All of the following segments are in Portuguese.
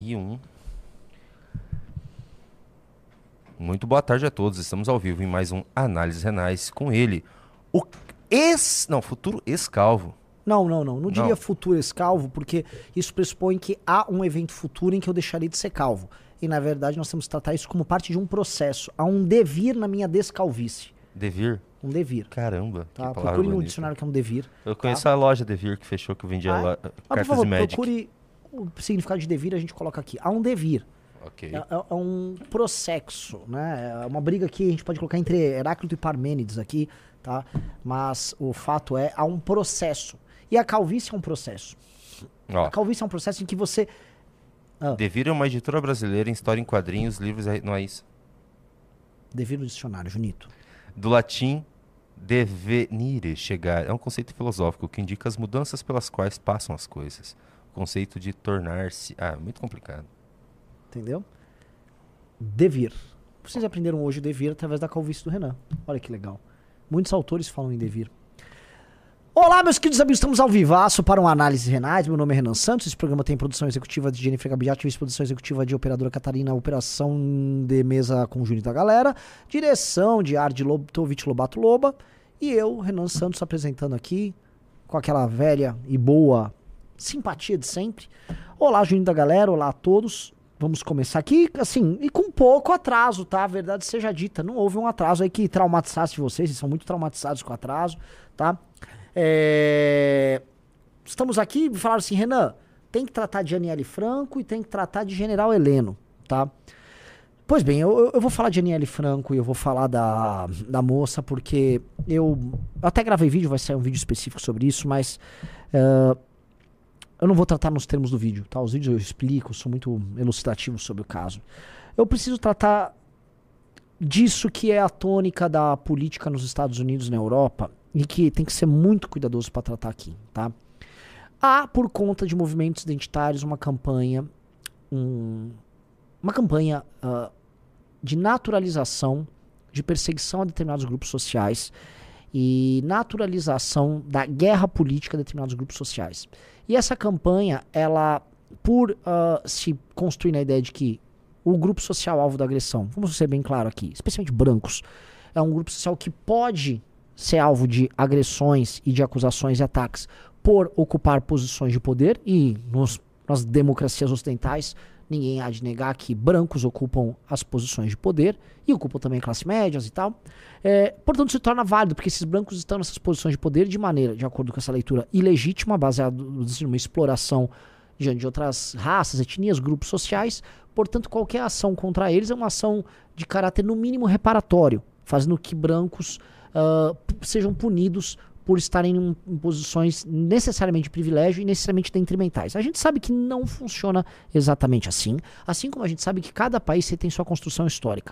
e 1. Muito boa tarde a todos. Estamos ao vivo em mais um Análises Renais com ele, o futuro ex-calvo. Não diria futuro ex-calvo, porque isso pressupõe que há um evento futuro em que eu deixarei de ser calvo. E, na verdade, nós temos que tratar isso como parte de um processo. Há um devir na minha descalvície. Devir? Um devir. Caramba, Tá? que palavra Procure no bonita. dicionário que é um devir. Eu conheço a loja Devir que fechou, que vendia Por cartas favor, de Magic. procure o significado de devir, a gente coloca aqui. Há um devir. Ok. É um processo, né? É uma briga que a gente pode colocar entre Heráclito e Parmênides aqui, tá? Mas o fato é, há um processo. E a calvície é um processo. Ó, A calvície é um processo em que você... Devir é uma editora brasileira em história em quadrinhos, livros, não é isso? Devir no dicionário, Junito. Do latim devenire, chegar. É um conceito filosófico que indica as mudanças pelas quais passam as coisas. O conceito de tornar-se... muito complicado. Entendeu? Devir. Vocês aprenderam hoje o devir através da calvície do Renan. Olha que legal. Muitos autores falam em devir. Olá, meus queridos amigos, estamos ao vivaço para um Análise Renais. Meu nome é Renan Santos. Esse programa tem produção executiva de Jennifer Gabiati, vice-produção executiva de Operadora Catarina, operação de mesa conjunta da galera, direção de arte de Tovich Lobato Loba, e eu, Renan Santos, apresentando aqui com aquela velha e boa simpatia de sempre. Olá, Juninho da galera, olá a todos. Vamos começar aqui, assim, e com pouco atraso, tá? A verdade seja dita, não houve um atraso aí que traumatizasse vocês, vocês são muito traumatizados com atraso, tá? Estamos aqui e falaram assim, Renan, tem que tratar de Aniele Franco e tem que tratar de General Heleno, tá? Pois bem, eu vou falar de Aniele Franco e eu vou falar da moça, porque eu até gravei vídeo, vai sair um vídeo específico sobre isso, mas eu não vou tratar nos termos do vídeo, tá? Os vídeos eu explico, sou muito elucidativo sobre o caso. Eu preciso tratar disso que é a tônica da política nos Estados Unidos e na Europa, e que tem que ser muito cuidadoso para tratar aqui, tá? Há, por conta de movimentos identitários, uma campanha de naturalização, de perseguição a determinados grupos sociais e naturalização da guerra política a determinados grupos sociais. E essa campanha, ela, por se construir na ideia de que o grupo social alvo da agressão, vamos ser bem claro aqui, especialmente brancos, é um grupo social que pode ser alvo de agressões e de acusações e ataques por ocupar posições de poder, e nas democracias ocidentais ninguém há de negar que brancos ocupam as posições de poder e ocupam também classe médias e tal. Portanto, se torna válido, porque esses brancos estão nessas posições de poder de acordo com essa leitura ilegítima, baseada numa exploração diante de outras raças, etnias, grupos sociais. Portanto, qualquer ação contra eles é uma ação de caráter, no mínimo, reparatório, fazendo que brancos sejam punidos por estarem em posições necessariamente de privilégio e necessariamente detrimentais. A gente sabe que não funciona exatamente assim como a gente sabe que cada país tem sua construção histórica.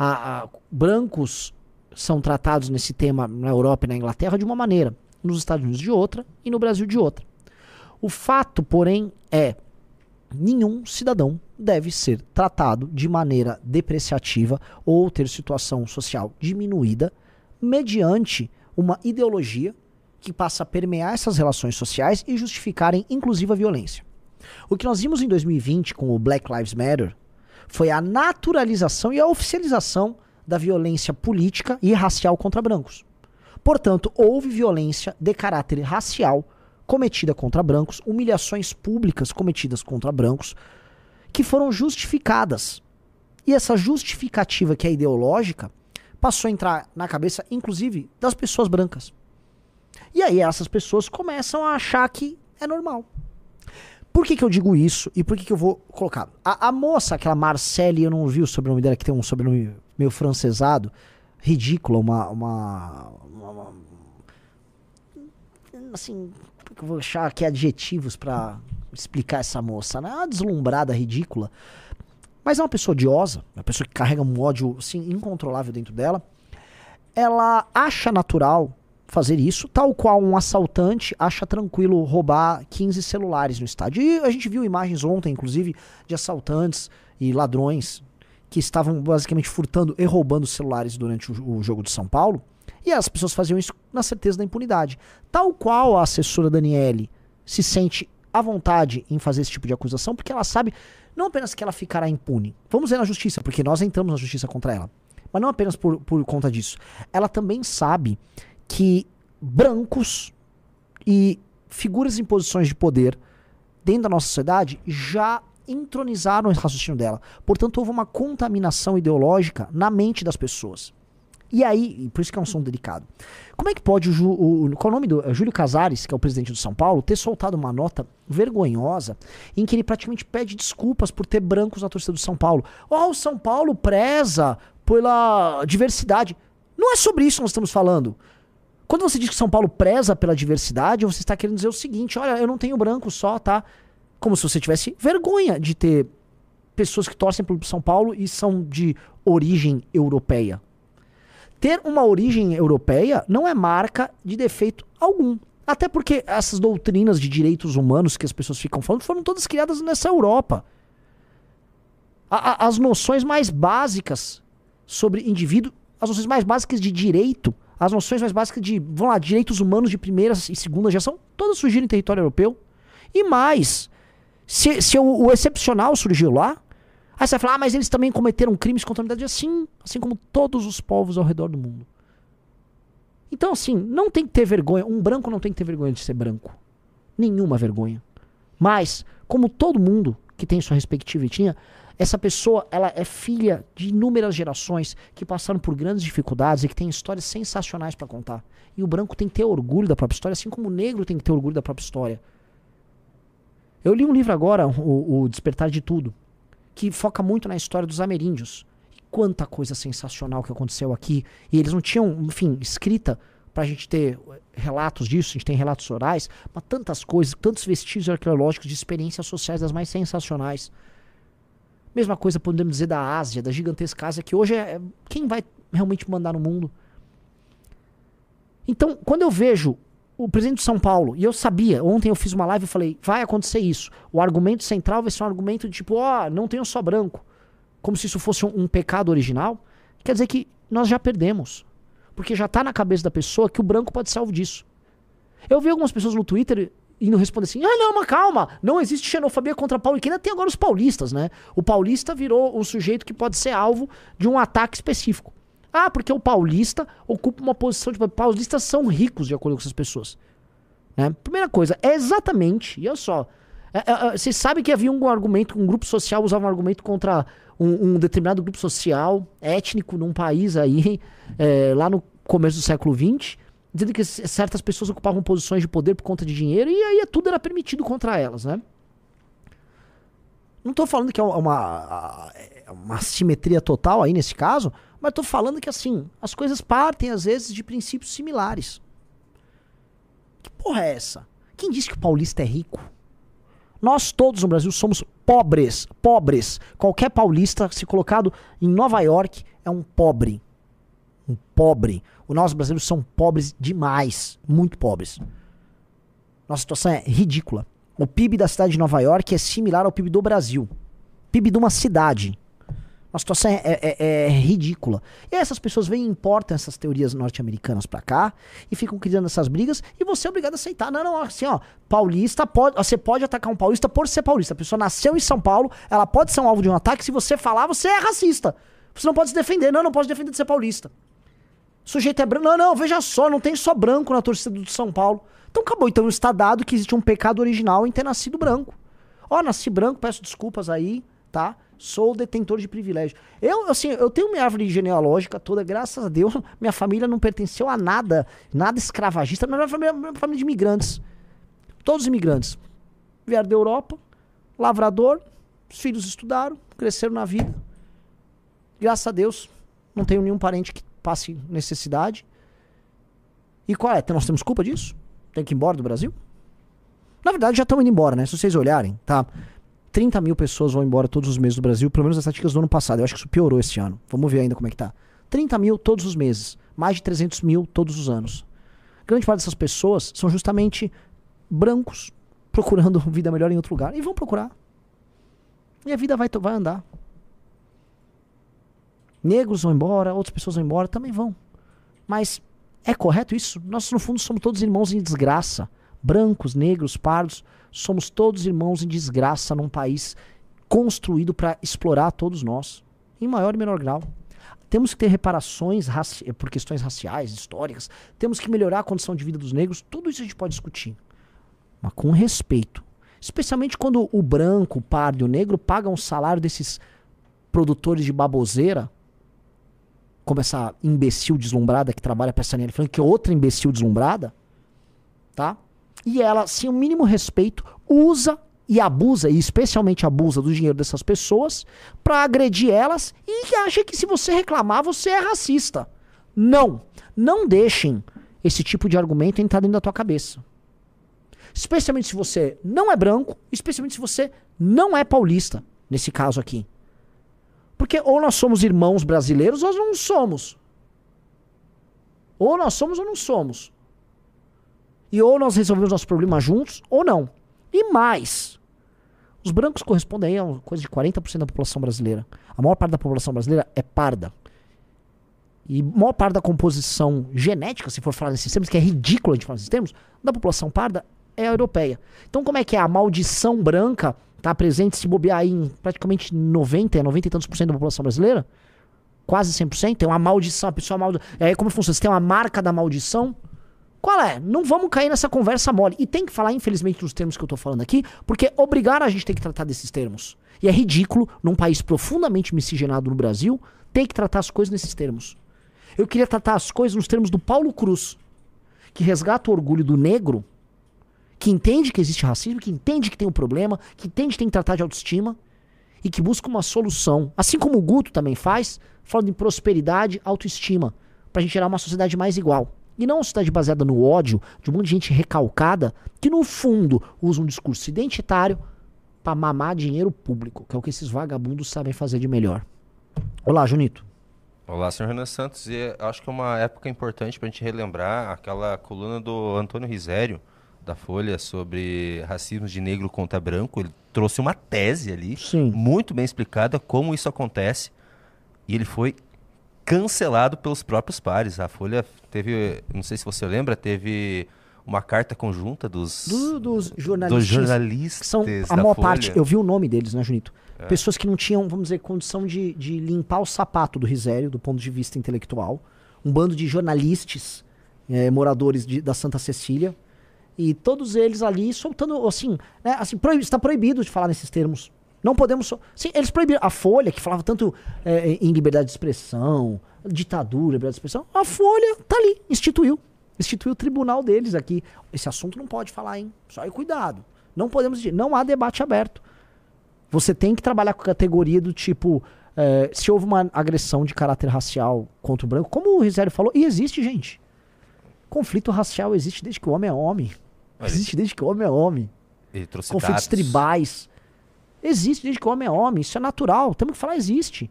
Brancos são tratados nesse tema na Europa e na Inglaterra de uma maneira, nos Estados Unidos de outra e no Brasil de outra. O fato, porém, nenhum cidadão deve ser tratado de maneira depreciativa ou ter situação social diminuída mediante uma ideologia que passa a permear essas relações sociais e justificarem, inclusive, a violência. O que nós vimos em 2020 com o Black Lives Matter foi a naturalização e a oficialização da violência política e racial contra brancos. Portanto, houve violência de caráter racial cometida contra brancos, humilhações públicas cometidas contra brancos, que foram justificadas. E essa justificativa, que é ideológica, passou a entrar na cabeça, inclusive, das pessoas brancas. E aí essas pessoas começam a achar que é normal. Por que eu digo isso e por que eu vou colocar? A moça, aquela Marcelle, eu não vi o sobrenome dela, que tem um sobrenome meio francesado, ridícula, assim, eu vou achar aqui adjetivos pra explicar essa moça, né? Uma deslumbrada, ridícula. Mas é uma pessoa odiosa, uma pessoa que carrega um ódio assim, incontrolável dentro dela. Ela acha natural fazer isso, tal qual um assaltante acha tranquilo roubar 15 celulares no estádio. E a gente viu imagens ontem, inclusive, de assaltantes e ladrões que estavam basicamente furtando e roubando celulares durante o jogo de São Paulo. E as pessoas faziam isso na certeza da impunidade. Tal qual a assessora Daniele se sente à vontade em fazer esse tipo de acusação, porque ela sabe não apenas que ela ficará impune. Vamos ver na justiça, porque nós entramos na justiça contra ela. Mas não apenas por conta disso. Ela também sabe que brancos e figuras em posições de poder dentro da nossa sociedade já entronizaram o raciocínio dela. Portanto, houve uma contaminação ideológica na mente das pessoas. E aí, por isso que é um assunto delicado. Como é que pode qual é o nome do Júlio Casares, que é o presidente do São Paulo, ter soltado uma nota vergonhosa em que ele praticamente pede desculpas por ter brancos na torcida do São Paulo? O São Paulo preza pela diversidade. Não é sobre isso que nós estamos falando. Quando você diz que São Paulo preza pela diversidade, você está querendo dizer o seguinte: olha, eu não tenho branco só, tá? Como se você tivesse vergonha de ter pessoas que torcem pelo São Paulo e são de origem europeia. Ter uma origem europeia não é marca de defeito algum. Até porque essas doutrinas de direitos humanos que as pessoas ficam falando foram todas criadas nessa Europa. As noções mais básicas sobre indivíduo, as noções mais básicas de direito, as noções mais básicas de, vamos lá, direitos humanos de primeira e segunda geração, todas surgiram em território europeu. E mais, se o excepcional surgiu lá, aí você vai falar, mas eles também cometeram crimes contra a humanidade, assim como todos os povos ao redor do mundo. Então, assim, não tem que ter vergonha. Um branco não tem que ter vergonha de ser branco. Nenhuma vergonha. Mas, como todo mundo que tem sua respectiva etnia, essa pessoa, ela é filha de inúmeras gerações que passaram por grandes dificuldades e que tem histórias sensacionais para contar. E o branco tem que ter orgulho da própria história, assim como o negro tem que ter orgulho da própria história. Eu li um livro agora, o Despertar de Tudo, que foca muito na história dos ameríndios. E quanta coisa sensacional que aconteceu aqui. E eles não tinham, enfim, escrita pra gente ter relatos disso, a gente tem relatos orais, mas tantas coisas, tantos vestígios arqueológicos de experiências sociais das mais sensacionais. Mesma coisa podemos dizer da Ásia, da gigantesca Ásia, que hoje é quem vai realmente mandar no mundo. Então, quando eu vejo o presidente de São Paulo, e eu sabia, ontem eu fiz uma live e falei, vai acontecer isso. O argumento central vai ser um argumento de tipo, não tenho só branco. Como se isso fosse um pecado original. Quer dizer que nós já perdemos. Porque já tá na cabeça da pessoa que o branco pode ser alvo disso. Eu vi algumas pessoas no Twitter indo responder assim, não, mas calma, não existe xenofobia contra Paulo. E ainda tem agora os paulistas, né? O paulista virou um sujeito que pode ser alvo de um ataque específico. Porque o paulista ocupa uma posição de... Paulistas são ricos, de acordo com essas pessoas. Né? Primeira coisa, é exatamente... E olha só, vocês sabem que havia um argumento, um grupo social usava um argumento contra um determinado grupo social, étnico, num país aí, lá no começo do século XX, dizendo que certas pessoas ocupavam posições de poder por conta de dinheiro, e aí tudo era permitido contra elas, né? Não tô falando que é uma simetria total aí nesse caso, mas tô falando que, assim, as coisas partem, às vezes, de princípios similares. Que porra é essa? Quem disse que o paulista é rico? Nós todos no Brasil somos pobres. Pobres. Qualquer paulista, se colocado em Nova York, é um pobre. Um pobre. Nós brasileiros são pobres demais. Muito pobres. Nossa situação é ridícula. O PIB da cidade de Nova York é similar ao PIB do Brasil. PIB de uma cidade. A situação é ridícula. E essas pessoas vêm e importam essas teorias norte-americanas pra cá e ficam criando essas brigas e você é obrigado a aceitar. Não, assim, paulista você pode atacar um paulista por ser paulista. A pessoa nasceu em São Paulo, ela pode ser um alvo de um ataque. Se você falar, você é racista. Você não pode se defender. Não posso defender de ser paulista. O sujeito é branco. Não, veja só, não tem só branco na torcida do São Paulo. Então acabou. Então está dado que existe um pecado original em ter nascido branco. Nasci branco, peço desculpas aí, tá? Sou detentor de privilégio. Eu tenho minha árvore genealógica toda, graças a Deus. Minha família não pertenceu a nada escravagista. Minha família é uma família de imigrantes. Todos imigrantes. Vieram da Europa, lavrador, os filhos estudaram, cresceram na vida. Graças a Deus, não tenho nenhum parente que passe necessidade. E qual é? Nós temos culpa disso? Tem que ir embora do Brasil? Na verdade, já estão indo embora, né? Se vocês olharem, tá? 30 mil pessoas vão embora todos os meses do Brasil, pelo menos as estatísticas do ano passado. Eu acho que isso piorou esse ano. Vamos ver ainda como é que tá. 30 mil todos os meses. Mais de 300 mil todos os anos. Grande parte dessas pessoas são justamente brancos procurando vida melhor em outro lugar. E vão procurar. E a vida vai andar. Negros vão embora, outras pessoas vão embora, também vão. Mas é correto isso? Nós, no fundo, somos todos irmãos em desgraça. brancos, negros, pardos, somos todos irmãos em desgraça num país construído para explorar todos nós, em maior e menor grau. Temos que ter reparações por questões raciais, históricas, temos que melhorar a condição de vida dos negros, tudo isso a gente pode discutir, mas com respeito. Especialmente quando o branco, o pardo e o negro pagam o salário desses produtores de baboseira, como essa imbecil deslumbrada que trabalha para essa Aniele Franco, que é outra imbecil deslumbrada, tá? E ela, sem o mínimo respeito, usa e abusa, e especialmente abusa do dinheiro dessas pessoas para agredir elas e acha que se você reclamar, você é racista. Não. Não deixem esse tipo de argumento entrar dentro da tua cabeça. Especialmente se você não é branco, especialmente se você não é paulista, nesse caso aqui. Porque ou nós somos irmãos brasileiros ou nós não somos. Ou nós somos ou não somos. E ou nós resolvemos nossos problemas juntos ou não. E mais, os brancos correspondem a uma coisa de 40% da população brasileira. A maior parte da população brasileira é parda. E a maior parte da composição genética, se for falar nesses termos, que é ridícula de falar nesses termos, da população parda é a europeia. Então como é que é? A maldição branca está presente, se bobear aí em praticamente 90 e tantos por cento da população brasileira? Quase 100%? Tem uma maldição, a pessoa maldição. E aí como funciona? Você tem uma marca da maldição? Qual é? Não vamos cair nessa conversa mole. E tem que falar, infelizmente, nos termos que eu tô falando aqui, porque obrigar a gente tem que tratar desses termos. E é ridículo, num país profundamente miscigenado no Brasil, ter que tratar as coisas nesses termos. Eu queria tratar as coisas nos termos do Paulo Cruz, que resgata o orgulho do negro, que entende que existe racismo, que entende que tem um problema, que entende que tem que tratar de autoestima, e que busca uma solução. Assim como o Guto também faz, falando em prosperidade, autoestima, pra gente gerar uma sociedade mais igual. E não uma sociedade baseada no ódio de um monte de gente recalcada que, no fundo, usa um discurso identitário pra mamar dinheiro público, que é o que esses vagabundos sabem fazer de melhor. Olá, Junito. Olá, senhor Renan Santos. E acho que é uma época importante pra gente relembrar aquela coluna do Antônio Risério, da Folha, sobre racismo de negro contra branco. Ele trouxe uma tese ali, Sim, muito bem explicada como isso acontece. E ele foi cancelado pelos próprios pares. A Folha teve, não sei se você lembra, teve uma carta conjunta dos jornalistas que são a da maior Folha. parte, eu vi o nome deles, né, Junito? Pessoas que não tinham, vamos dizer, condição de limpar o sapato do Risério, do ponto de vista intelectual. Um bando de jornalistas, moradores da Santa Cecília, e todos eles ali soltando, assim, né, assim, está proibido de falar nesses termos. Não podemos... Sim, eles proibiram. A Folha, que falava tanto em liberdade de expressão, ditadura, liberdade de expressão, a Folha tá ali, instituiu o tribunal deles aqui. Esse assunto não pode falar, hein? Só aí cuidado. Não podemos... Não há debate aberto. Você tem que trabalhar com a categoria do tipo... se houve uma agressão de caráter racial contra o branco, como o Risério falou, e existe, gente. Conflito racial existe desde que o homem é homem. Existe desde que o homem é homem. Ele trouxe Conflitos dados. tribais. Existe desde que o homem é homem. Isso é natural. Temos que falar, existe.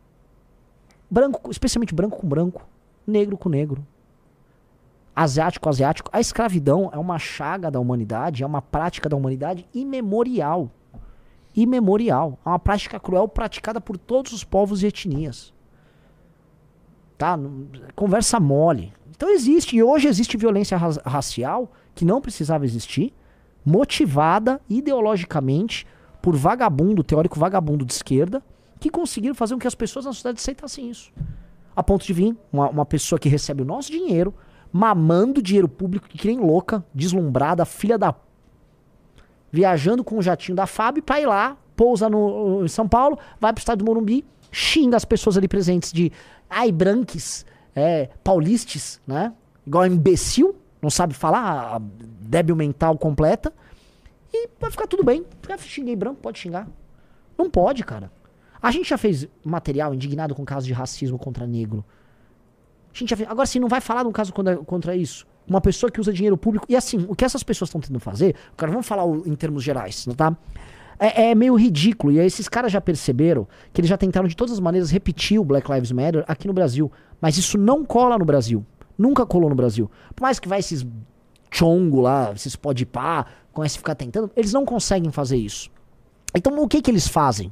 Branco, especialmente branco com branco. Negro com negro. Asiático com asiático. A escravidão é uma chaga da humanidade, é uma prática da humanidade imemorial. Imemorial. É uma prática cruel praticada por todos os povos e etnias. Tá? Conversa mole. Então existe. E hoje existe violência racial que não precisava existir, motivada ideologicamente por vagabundo, teórico vagabundo de esquerda, que conseguiram fazer com que as pessoas na sociedade aceitassem isso. A ponto de vir uma pessoa que recebe o nosso dinheiro, mamando dinheiro público, que nem louca, deslumbrada, filha da... viajando com o jatinho da FAB pra ir lá, pousa em São Paulo, vai pro estado do Morumbi, xinga as pessoas ali presentes de branques, paulistes, né? Igual imbecil, não sabe falar, débil mental completa. E vai ficar tudo bem. Xinguei branco, pode xingar. Não pode, cara. A gente já fez material indignado com casos de racismo contra negro. A gente já fez. Agora, sim, não vai falar de um caso contra isso. Uma pessoa que usa dinheiro público. E assim, o que essas pessoas estão tentando fazer, cara, vamos falar em termos gerais, tá? É meio ridículo. E aí esses caras já perceberam que eles já tentaram de todas as maneiras repetir o Black Lives Matter aqui no Brasil. Mas isso não cola no Brasil. Nunca colou no Brasil. Por mais que vai esses chongo lá, esses podpá, comece a ficar tentando, eles não conseguem fazer isso. Então o que eles fazem?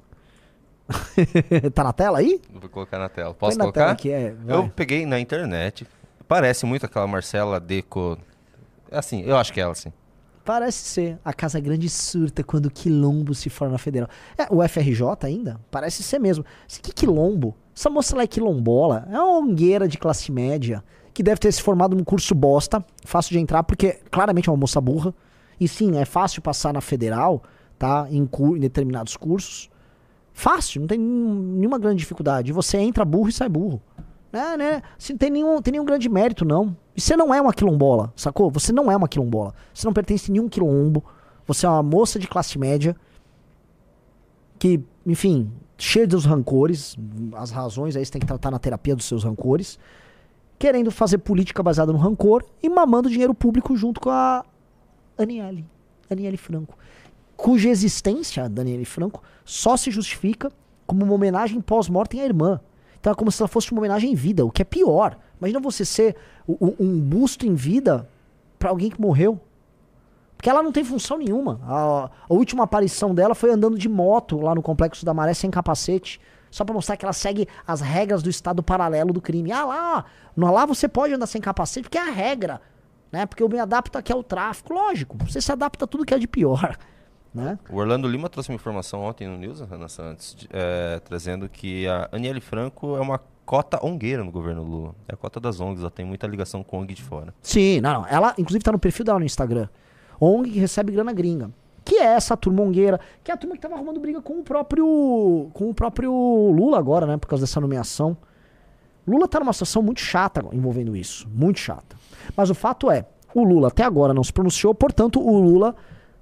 Tá na tela aí? Vou colocar na tela. Posso Põe na colocar? tela que Eu peguei na internet. Parece muito aquela Marcela Deco. Assim, eu acho que é ela, sim. Parece ser. A Casa Grande surta quando o quilombo se forma na federal. O FRJ ainda? Parece ser mesmo. Que quilombo? Essa moça lá é quilombola. É uma ongueira de classe média que deve ter se formado num curso bosta, fácil de entrar, porque claramente é uma moça burra. E sim, é fácil passar na federal, tá? Em determinados cursos. Fácil, não tem nenhuma grande dificuldade. Você entra burro e sai burro. Né? Não tem nenhum grande mérito, não. E você não é uma quilombola, sacou? Você não é uma quilombola. Você não pertence a nenhum quilombo. Você é uma moça de classe média que, enfim, cheia dos rancores. As razões aí você tem que tratar na terapia dos seus rancores. Querendo fazer política baseada no rancor e mamando dinheiro público junto com a Aniele Franco. Cuja existência, Daniele Franco, só se justifica como uma homenagem pós-mortem à irmã. Então é como se ela fosse uma homenagem em vida, o que é pior. Imagina você ser um busto em vida pra alguém que morreu. Porque ela não tem função nenhuma. A última aparição dela foi andando de moto lá no Complexo da Maré sem capacete. Só pra mostrar que ela segue as regras do estado paralelo do crime. Lá você pode andar sem capacete porque é a regra. Né? Porque eu me adapto aqui ao tráfico. Lógico, você se adapta a tudo que é de pior. Né? O Orlando Lima trouxe uma informação ontem no News, Renan Santos, trazendo que a Aniele Franco é uma cota ongueira no governo Lula. É a cota das ONGs, ela tem muita ligação com ONG de fora. Sim, não. Ela, inclusive, tá no perfil dela no Instagram. ONG que recebe grana gringa. Que é essa turma ongueira, que é a turma que tava arrumando briga com o próprio Lula agora, né? Por causa dessa nomeação. Lula tá numa situação muito chata envolvendo isso. Muito chata. Mas o fato é, o Lula até agora não se pronunciou, portanto, o Lula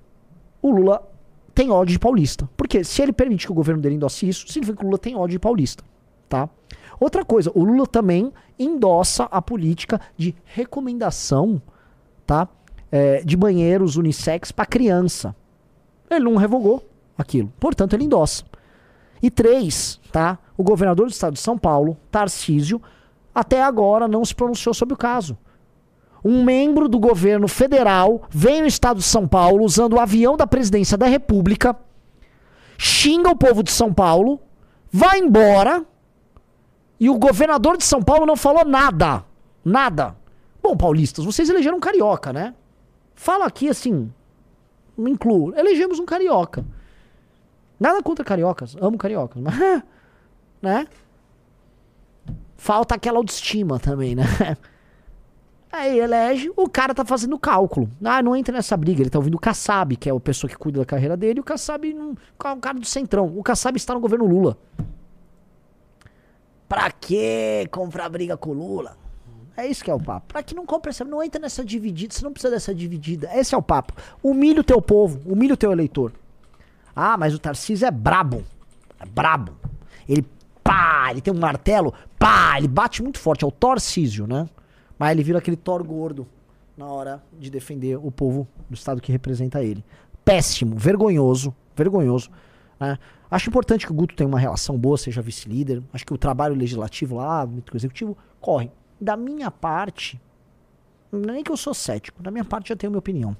tem ódio de paulista. Porque se ele permite que o governo dele endosse isso, significa que o Lula tem ódio de paulista. Tá? Outra coisa, o Lula também endossa a política de recomendação, tá? De banheiros unissex para criança. Ele não revogou aquilo. Portanto, ele endossa. E 3, tá? O governador do estado de São Paulo, Tarcísio, até agora não se pronunciou sobre o caso. Um membro do governo federal vem no estado de São Paulo usando o avião da presidência da República, xinga o povo de São Paulo, vai embora e o governador de São Paulo não falou nada. Nada. Bom, paulistas, vocês elegeram um carioca, né? Fala aqui assim, me incluo. Elegemos um carioca. Nada contra cariocas, amo cariocas, mas, né? Falta aquela autoestima também, né? Aí elege, o cara tá fazendo cálculo. Não entra nessa briga, ele tá ouvindo o Kassab, que é a pessoa que cuida da carreira dele, e o Kassab é um cara do Centrão. O Kassab está no governo Lula. Pra que comprar briga com o Lula? É isso que é o papo. Pra que não compra, não entra nessa dividida, você não precisa dessa dividida. Esse é o papo. Humilha o teu povo, humilha o teu eleitor. Mas o Tarcísio é brabo. É brabo. Ele tem um martelo, ele bate muito forte. É o Torcísio, né? Mas ele vira aquele Thor gordo na hora de defender o povo do estado que representa ele. Péssimo, vergonhoso, né? Acho importante que o Guto tenha uma relação boa, seja vice-líder. Acho que o trabalho legislativo lá, o executivo, corre. Da minha parte, não é nem que eu sou cético, da minha parte já tenho minha opinião.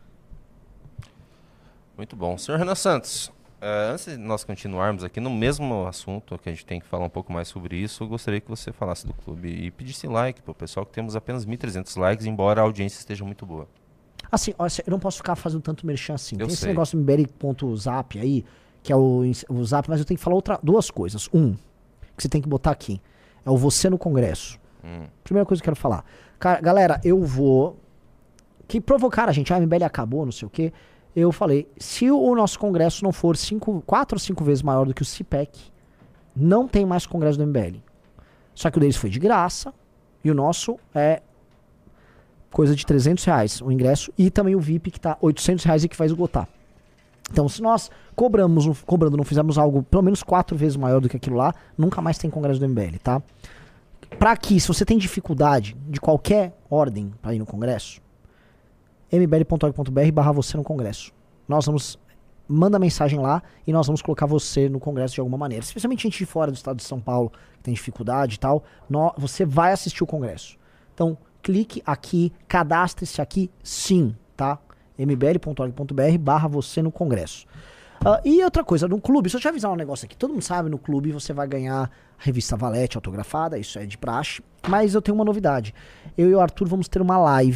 Muito bom. Senhor Renan Santos, antes de nós continuarmos aqui no mesmo assunto, que a gente tem que falar um pouco mais sobre isso, eu gostaria que você falasse do clube e pedisse like para o pessoal, que temos apenas 1.300 likes, embora a audiência esteja muito boa. Assim, eu não posso ficar fazendo tanto merchan assim. Eu Tem sei. esse negócio do mbl.zap aí, que é o Zap, mas eu tenho que falar duas coisas. Que você tem que botar aqui, é o Você no Congresso. Primeira coisa que eu quero falar. Cara, galera, eu vou... Que provocaram a gente, a MBL acabou, não sei o quê. Eu falei, se o nosso congresso não for 4 ou 5 vezes maior do que o CIPEC, não tem mais congresso do MBL. Só que o deles foi de graça, e o nosso é coisa de R$300 o ingresso, e também o VIP que tá R$800 e que vai esgotar. Então, se nós cobrando, não fizermos algo pelo menos 4 vezes maior do que aquilo lá, nunca mais tem congresso do MBL, tá? Pra que, se você tem dificuldade de qualquer ordem para ir no congresso, mbl.org.br/você no congresso. Manda mensagem lá e nós vamos colocar você no congresso de alguma maneira. Especialmente gente de fora do estado de São Paulo, que tem dificuldade e tal, você vai assistir o congresso. Então, clique aqui, cadastre-se aqui, sim, tá? mbl.org.br/você no congresso. E outra coisa, no clube, se eu te avisar um negócio aqui, todo mundo sabe, no clube você vai ganhar a revista Valete autografada, isso é de praxe, mas eu tenho uma novidade. Eu e o Arthur vamos ter uma live,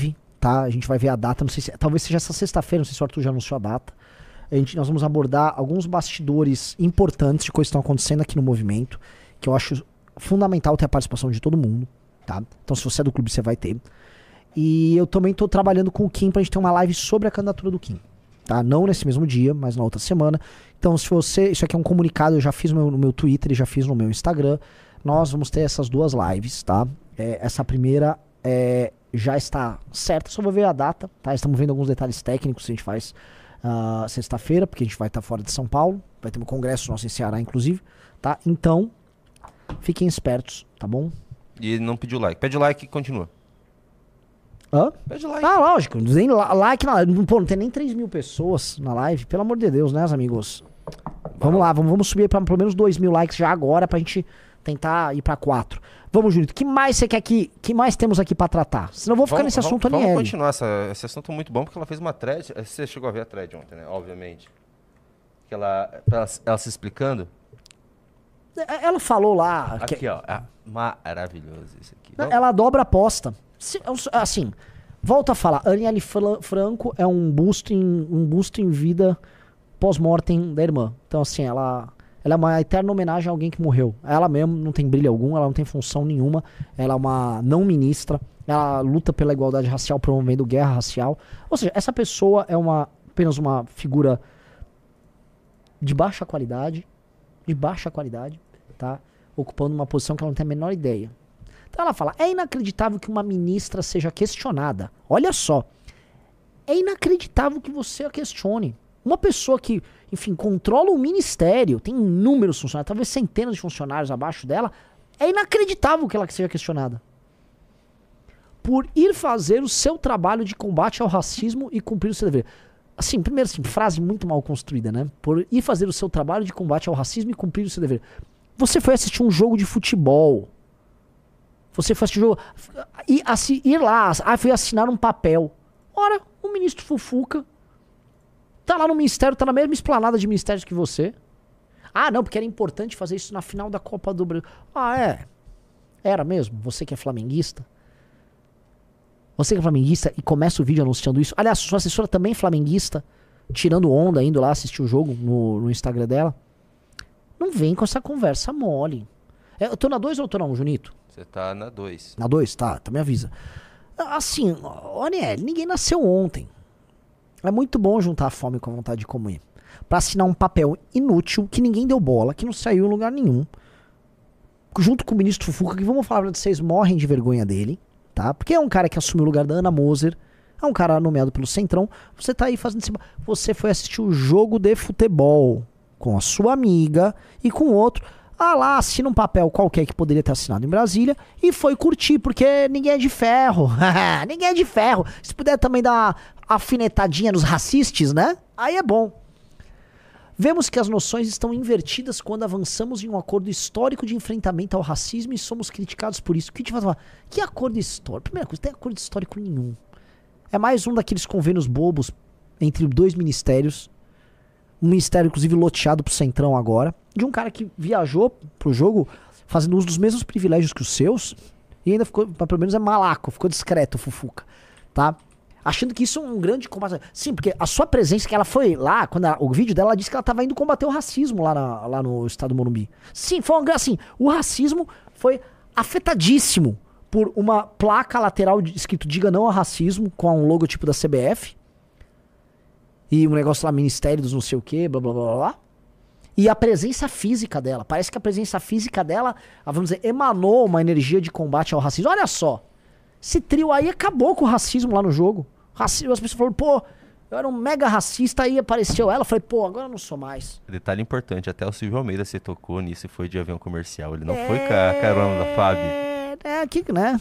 tá? A gente vai ver a data, não sei se... Talvez seja essa sexta-feira, não sei se o Arthur já anunciou a data. Nós vamos abordar alguns bastidores importantes de coisas que estão acontecendo aqui no movimento, que eu acho fundamental ter a participação de todo mundo, tá? Então, se você é do clube, você vai ter. E eu também tô trabalhando com o Kim pra gente ter uma live sobre a candidatura do Kim, tá? Não nesse mesmo dia, mas na outra semana. Então, se você... Isso aqui é um comunicado, eu já fiz no meu Twitter e já fiz no meu Instagram. Nós vamos ter essas duas lives, tá? Essa primeira já está certa, só vou ver a data, tá? Estamos vendo alguns detalhes técnicos que a gente faz sexta-feira, porque a gente vai estar fora de São Paulo. Vai ter um congresso nosso em Ceará, inclusive, tá? Então, fiquem espertos, tá bom? E ele não pediu like. Pede like e continua. Hã? Pede like. Ah, lógico. Nem like na live. Pô, não tem nem 3 mil pessoas na live. Pelo amor de Deus, né, amigos? Vamos lá, vamos subir pra pelo menos 2 mil likes já agora pra gente tentar ir pra 4. Vamos, Julito. O que mais você quer aqui? O que mais temos aqui pra tratar? Senão eu vou ficar nesse assunto, Aniele. Vamos continuar esse assunto muito bom, porque ela fez uma thread. Você chegou a ver a thread ontem, né? Obviamente. Que ela se explicando. Ela falou lá... Aqui, ó. Maravilhoso isso aqui. Ela dobra a aposta. Assim, volta a falar. Aniele Franco é um busto em vida pós-mortem da irmã. Então, assim, ela é uma eterna homenagem a alguém que morreu. Ela mesmo não tem brilho algum, ela não tem função nenhuma. Ela é uma não ministra. Ela luta pela igualdade racial, promovendo guerra racial. Ou seja, essa pessoa é apenas uma figura de baixa qualidade, tá? Ocupando uma posição que ela não tem a menor ideia. Então ela fala, é inacreditável que uma ministra seja questionada. Olha só, é inacreditável que você a questione. Uma pessoa que, enfim, controla o ministério, tem inúmeros funcionários, talvez centenas de funcionários abaixo dela, é inacreditável que ela seja questionada. Por ir fazer o seu trabalho de combate ao racismo e cumprir o seu dever. Assim, primeiro, assim, frase muito mal construída, né? Por ir fazer o seu trabalho de combate ao racismo e cumprir o seu dever. Você foi assistir um jogo de futebol. Você foi assistir um jogo... Ir lá, foi assinar um papel. Ora, o ministro Fufuca tá lá no ministério, tá na mesma esplanada de ministérios que você. Ah, não, porque era importante fazer isso na final da Copa do Brasil. Ah, é? Era mesmo? Você que é flamenguista? Você que é flamenguista e começa o vídeo anunciando isso. Aliás, sua assessora também é flamenguista, tirando onda, indo lá assistir o jogo no Instagram dela. Não vem com essa conversa mole. Eu tô na 2 ou tô na 1, Junito? Você tá na 2. Na 2, tá, me avisa. Assim, Aniele, ninguém nasceu ontem. É muito bom juntar a fome com a vontade de comer. Pra assinar um papel inútil, que ninguém deu bola, que não saiu em lugar nenhum. Junto com o ministro Fufuca, que vamos falar pra vocês, morrem de vergonha dele, tá? Porque é um cara que assumiu o lugar da Ana Moser, é um cara nomeado pelo Centrão. Você tá aí fazendo... Você foi assistir o jogo de futebol com a sua amiga e com outro. Ah lá, assina um papel qualquer que poderia ter assinado em Brasília e foi curtir, porque ninguém é de ferro. Ninguém é de ferro. Se puder também dar uma afinetadinha nos racistas, né? Aí é bom. Vemos que as noções estão invertidas quando avançamos em um acordo histórico de enfrentamento ao racismo e somos criticados por isso. O que a gente vai falar? Que acordo histórico? Primeira coisa, não tem acordo histórico nenhum. É mais um daqueles convênios bobos entre 2 ministérios. Um ministério, inclusive, loteado pro Centrão agora. De um cara que viajou pro jogo fazendo uso dos mesmos privilégios que os seus. E ainda ficou, pelo menos é malaco, ficou discreto, Fufuca. Tá? Achando que isso é um grande combate. Sim, porque a sua presença, que ela foi lá, quando o vídeo dela, ela disse que ela estava indo combater o racismo lá no estado do Morumbi. Sim, foi assim, o racismo foi afetadíssimo por uma placa lateral escrito Diga Não ao Racismo, com um logotipo da CBF. E um negócio lá, Ministério dos não sei o que, blá blá blá blá. E a presença física dela. Parece que a presença física dela, vamos dizer, emanou uma energia de combate ao racismo. Olha só. Esse trio aí acabou com o racismo lá no jogo. Racismo, as pessoas falaram, pô, eu era um mega racista, aí apareceu ela. Eu falei, pô, agora eu não sou mais. Detalhe importante, até o Silvio Almeida se tocou nisso e foi de avião comercial. Ele não foi com a carona da Fábio. Aqui, né?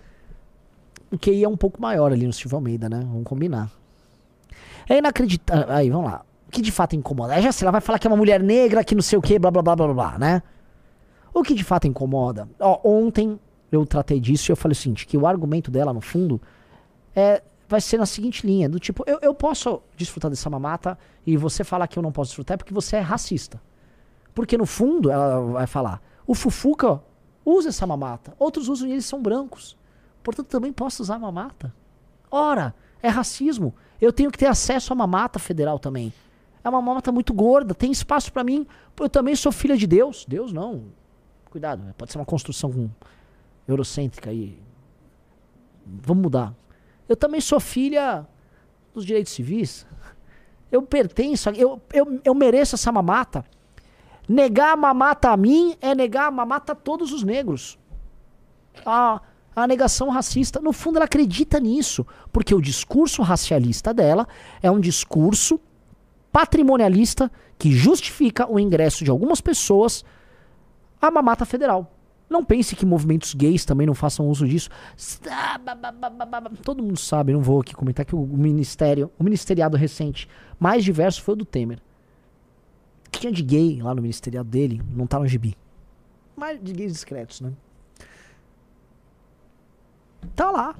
O QI é um pouco maior ali no Silvio Almeida, né? Vamos combinar. É inacreditável. Aí, vamos lá. O que de fato incomoda? Aí já sei, ela vai falar que é uma mulher negra, que não sei o que, blá blá blá blá blá, né? O que de fato incomoda? Ó, ontem eu tratei disso e eu falei o seguinte, que o argumento dela, no fundo, vai ser na seguinte linha, do tipo, eu posso desfrutar dessa mamata e você falar que eu não posso desfrutar é porque você é racista. Porque no fundo, ela vai falar, o Fufuca usa essa mamata, outros usam e eles são brancos. Portanto, também posso usar a mamata. Ora, é racismo. Eu tenho que ter acesso a mamata federal também. É uma mamata muito gorda, tem espaço pra mim. Eu também sou filha de Deus. Deus não. Cuidado, pode ser uma construção eurocêntrica aí. Vamos mudar. Eu também sou filha dos direitos civis. Eu pertenço, eu mereço essa mamata. Negar a mamata a mim é negar a mamata a todos os negros. A negação racista, no fundo ela acredita nisso, porque o discurso racialista dela é um discurso patrimonialista que justifica o ingresso de algumas pessoas à mamata federal. Não pense que movimentos gays também não façam uso disso. Todo mundo sabe, não vou aqui comentar que o ministeriado recente mais diverso foi o do Temer. O que tinha de gay lá no ministeriado dele não tá no gibi. Mas de gays discretos, né? Tá lá.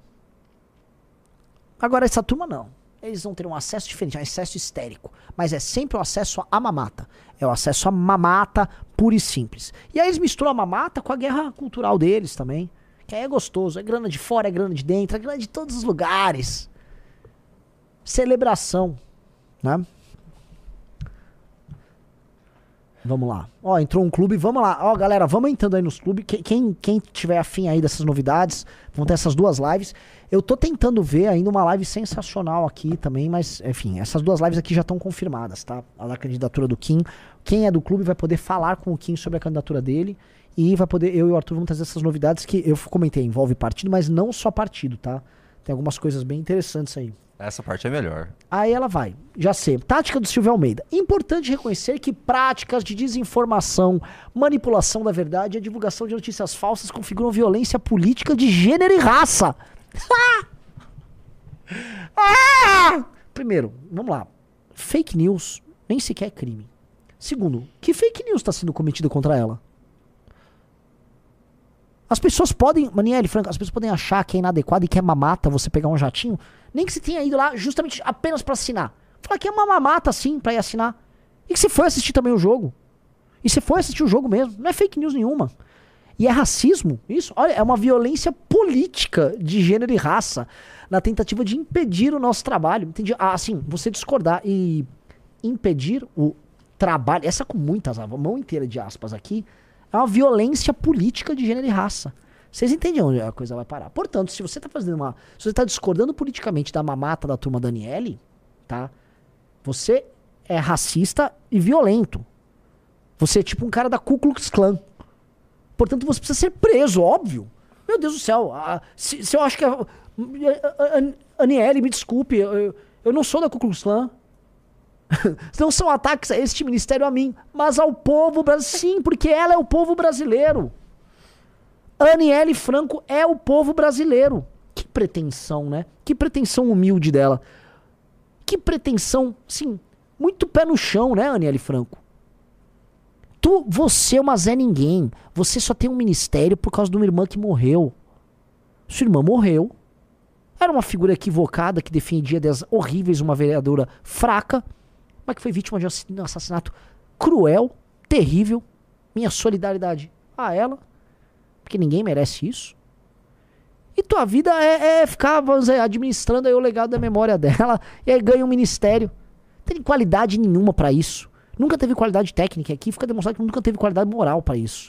Agora essa turma não. Eles vão ter um acesso diferente, um acesso histérico. Mas é sempre o acesso à mamata. É o acesso à mamata pura e simples. E aí eles misturam a mamata com a guerra cultural deles também. Que aí é gostoso. É grana de fora, é grana de dentro, é grana de todos os lugares. Celebração. Né? Vamos lá. Ó, entrou um clube, vamos lá. Ó, galera, vamos entrando aí nos clubes. Quem tiver afim aí dessas novidades, vão ter essas duas lives. Eu tô tentando ver ainda uma live sensacional aqui também, mas, enfim, essas duas lives aqui já estão confirmadas, tá? A da candidatura do Kim. Quem é do clube vai poder falar com o Kim sobre a candidatura dele e vai poder, eu e o Arthur vamos trazer essas novidades que eu comentei, envolve partido, mas não só partido, tá? Tem algumas coisas bem interessantes aí. Essa parte é melhor. Aí ela vai. Já sei. Tática do Silvio Almeida. Importante reconhecer que práticas de desinformação, manipulação da verdade e a divulgação de notícias falsas configuram violência política de gênero e raça. Primeiro, vamos lá. Fake news nem sequer é crime. Segundo, que fake news está sendo cometido contra ela? As pessoas podem, Maniele, Franco, as pessoas podem achar que é inadequado e que é mamata você pegar um jatinho, nem que você tenha ido lá justamente apenas pra assinar. Falar que é uma mamata, sim, pra ir assinar. E que você foi assistir também o jogo. E você foi assistir o jogo mesmo. Não é fake news nenhuma. E é racismo, isso. Olha, é uma violência política de gênero e raça na tentativa de impedir o nosso trabalho. Entendi? Assim, você discordar e impedir o trabalho, essa com muitas, a mão inteira de aspas aqui, é uma violência política de gênero e raça. Vocês entendem onde a coisa vai parar. Portanto, se você tá fazendo se você tá discordando politicamente da mamata da turma Daniele, tá? Você é racista e violento. Você é tipo um cara da Ku Klux Klan. Portanto, você precisa ser preso, óbvio. Meu Deus do céu. Se eu acho que Aniele, me desculpe, eu não sou da Ku Klux Klan. Não são ataques a este ministério a mim, mas ao povo brasileiro. Sim, porque ela é o povo brasileiro. Aniele Franco é o povo brasileiro. Que pretensão, né? Que pretensão humilde dela. Que pretensão, sim, muito pé no chão, né, Aniele Franco? Você é uma Zé Ninguém. Você só tem um ministério por causa de uma irmã que morreu. Sua irmã morreu. Era uma figura equivocada que defendia ideias horríveis, uma vereadora fraca, mas que foi vítima de um assassinato cruel, terrível. Minha solidariedade a ela, porque ninguém merece isso. E tua vida é ficar, vamos dizer, administrando aí o legado da memória dela, e aí ganha um ministério. Não tem qualidade nenhuma pra isso. Nunca teve qualidade técnica aqui, fica demonstrado que nunca teve qualidade moral pra isso.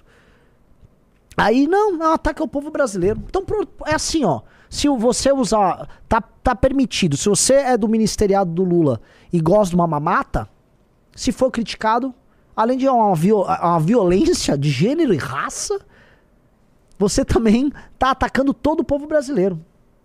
Aí não ataque ao povo brasileiro. Então é assim, ó. Se você usar, tá permitido. Se você é do ministeriado do Lula e gosta de uma mamata, se for criticado, além de uma violência de gênero e raça, você também tá atacando todo o povo brasileiro.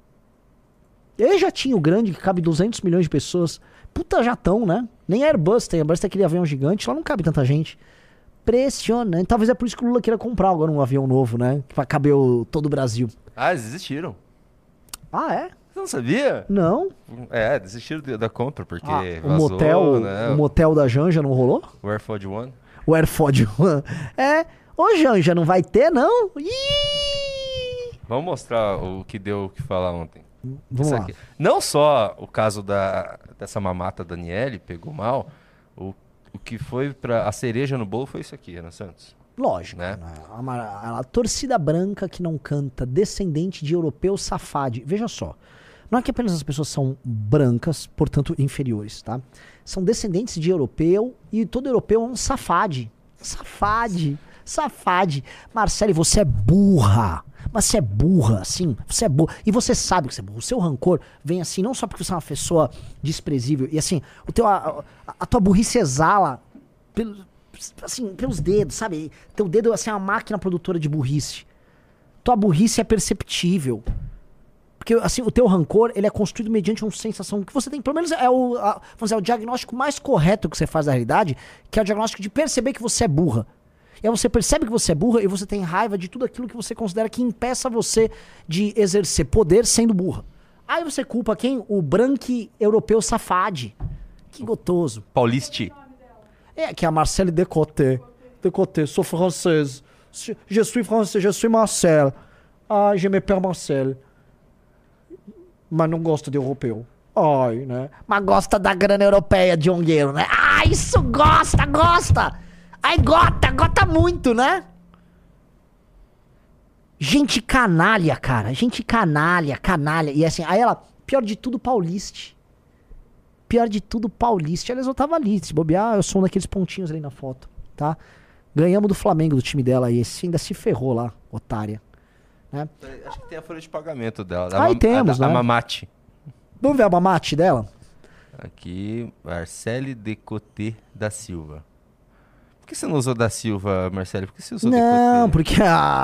E jatinho grande, que cabe 200 milhões de pessoas. Puta jatão, né? Nem Airbus tem. Airbus tem aquele avião gigante, lá não cabe tanta gente. Impressionante. Talvez é por isso que o Lula queira comprar agora um avião novo, né? Pra caber todo o Brasil. Ah, eles desistiram. Ah, é? Você não sabia? Não. É, desistiram da compra, porque vazou, né? O motel da Janja não rolou? O AirFod One. O AirFod One. Ô Janja, não vai ter, não? Ih! Vamos mostrar o que deu o que falar ontem. Vamos lá. Não só o caso dessa mamata Daniele pegou mal, o que foi a cereja no bolo foi isso aqui, Renan Santos. Lógico, né? A torcida branca que não canta, descendente de europeu safade. Veja só. não é que apenas as pessoas são brancas, portanto inferiores, tá? São descendentes de europeu e todo europeu é um safade. Safade. Marcele, você é burra. Mas você é burra, sim. Você é burra. E você sabe que você é burra. O seu rancor vem assim, não só porque você é uma pessoa desprezível. E assim, a tua burrice exala pelos dedos, sabe? Teu dedo assim, é uma máquina produtora de burrice. Tua burrice é perceptível. Porque assim, o teu rancor, ele é construído mediante uma sensação que você tem. Pelo menos vamos dizer, o diagnóstico mais correto que você faz da realidade, que é o diagnóstico de perceber que você é burra. E aí você percebe que você é burra e você tem raiva de tudo aquilo que você considera que impeça você de exercer poder sendo burra. Aí você culpa quem? O branco europeu safade. Que gostoso. Pauliste. Que é a Marcelle Decoté. Decoté, sou francês. Je suis français, je suis Marcel. Ah, je m'appelle Marcel. Mas não gosta de europeu. Ai, né? Mas gosta da grana europeia de ongueiro, né? Ah, isso gosta! Ai, gota muito, né? Gente canalha, cara. Gente canalha. E assim, aí ela, pior de tudo, pauliste. Aliás, eu tava ali, se bobear, eu sou um daqueles pontinhos ali na foto, tá? Ganhamos do Flamengo, do time dela, e esse ainda se ferrou lá, otária. Né? Acho que tem a folha de pagamento dela. Aí temos, né? A Mamate. Vamos ver a Mamate dela? Aqui, Marcelle Decoté da Silva. Por que você não usou da Silva, Marcelle? Por que você usou Decoté? Não, porque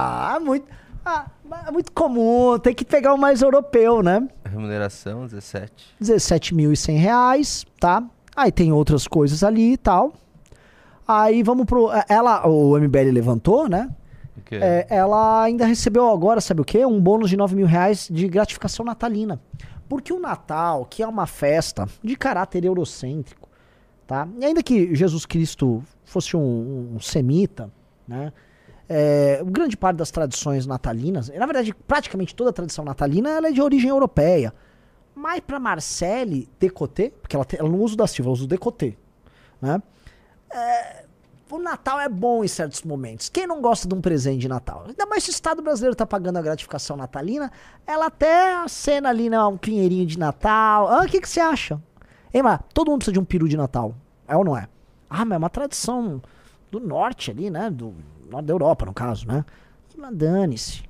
é muito comum, tem que pegar o mais europeu, né? Remuneração, 17. R$17.100, tá? Aí tem outras coisas ali e tal. Aí vamos pro... o MBL levantou, né? Ela ainda recebeu agora, sabe o quê? Um bônus de R$9.000 de gratificação natalina. Porque o Natal, que é uma festa de caráter eurocêntrico, tá? E ainda que Jesus Cristo fosse um semita, né? Grande parte das tradições natalinas, na verdade, praticamente toda a tradição natalina, ela é de origem europeia. Mas para Marcelle Decoté, porque ela não usa o da Silva, ela usa o Decoté, né? O Natal é bom em certos momentos. Quem não gosta de um presente de Natal? Ainda mais se o Estado brasileiro tá pagando a gratificação natalina, ela até acena ali, né, um pinheirinho de Natal. O que você acha? Ei, mas todo mundo precisa de um peru de Natal. É ou não é? Ah, mas é uma tradição do norte ali, né? Do norte da Europa, no caso, né? Mas dane-se.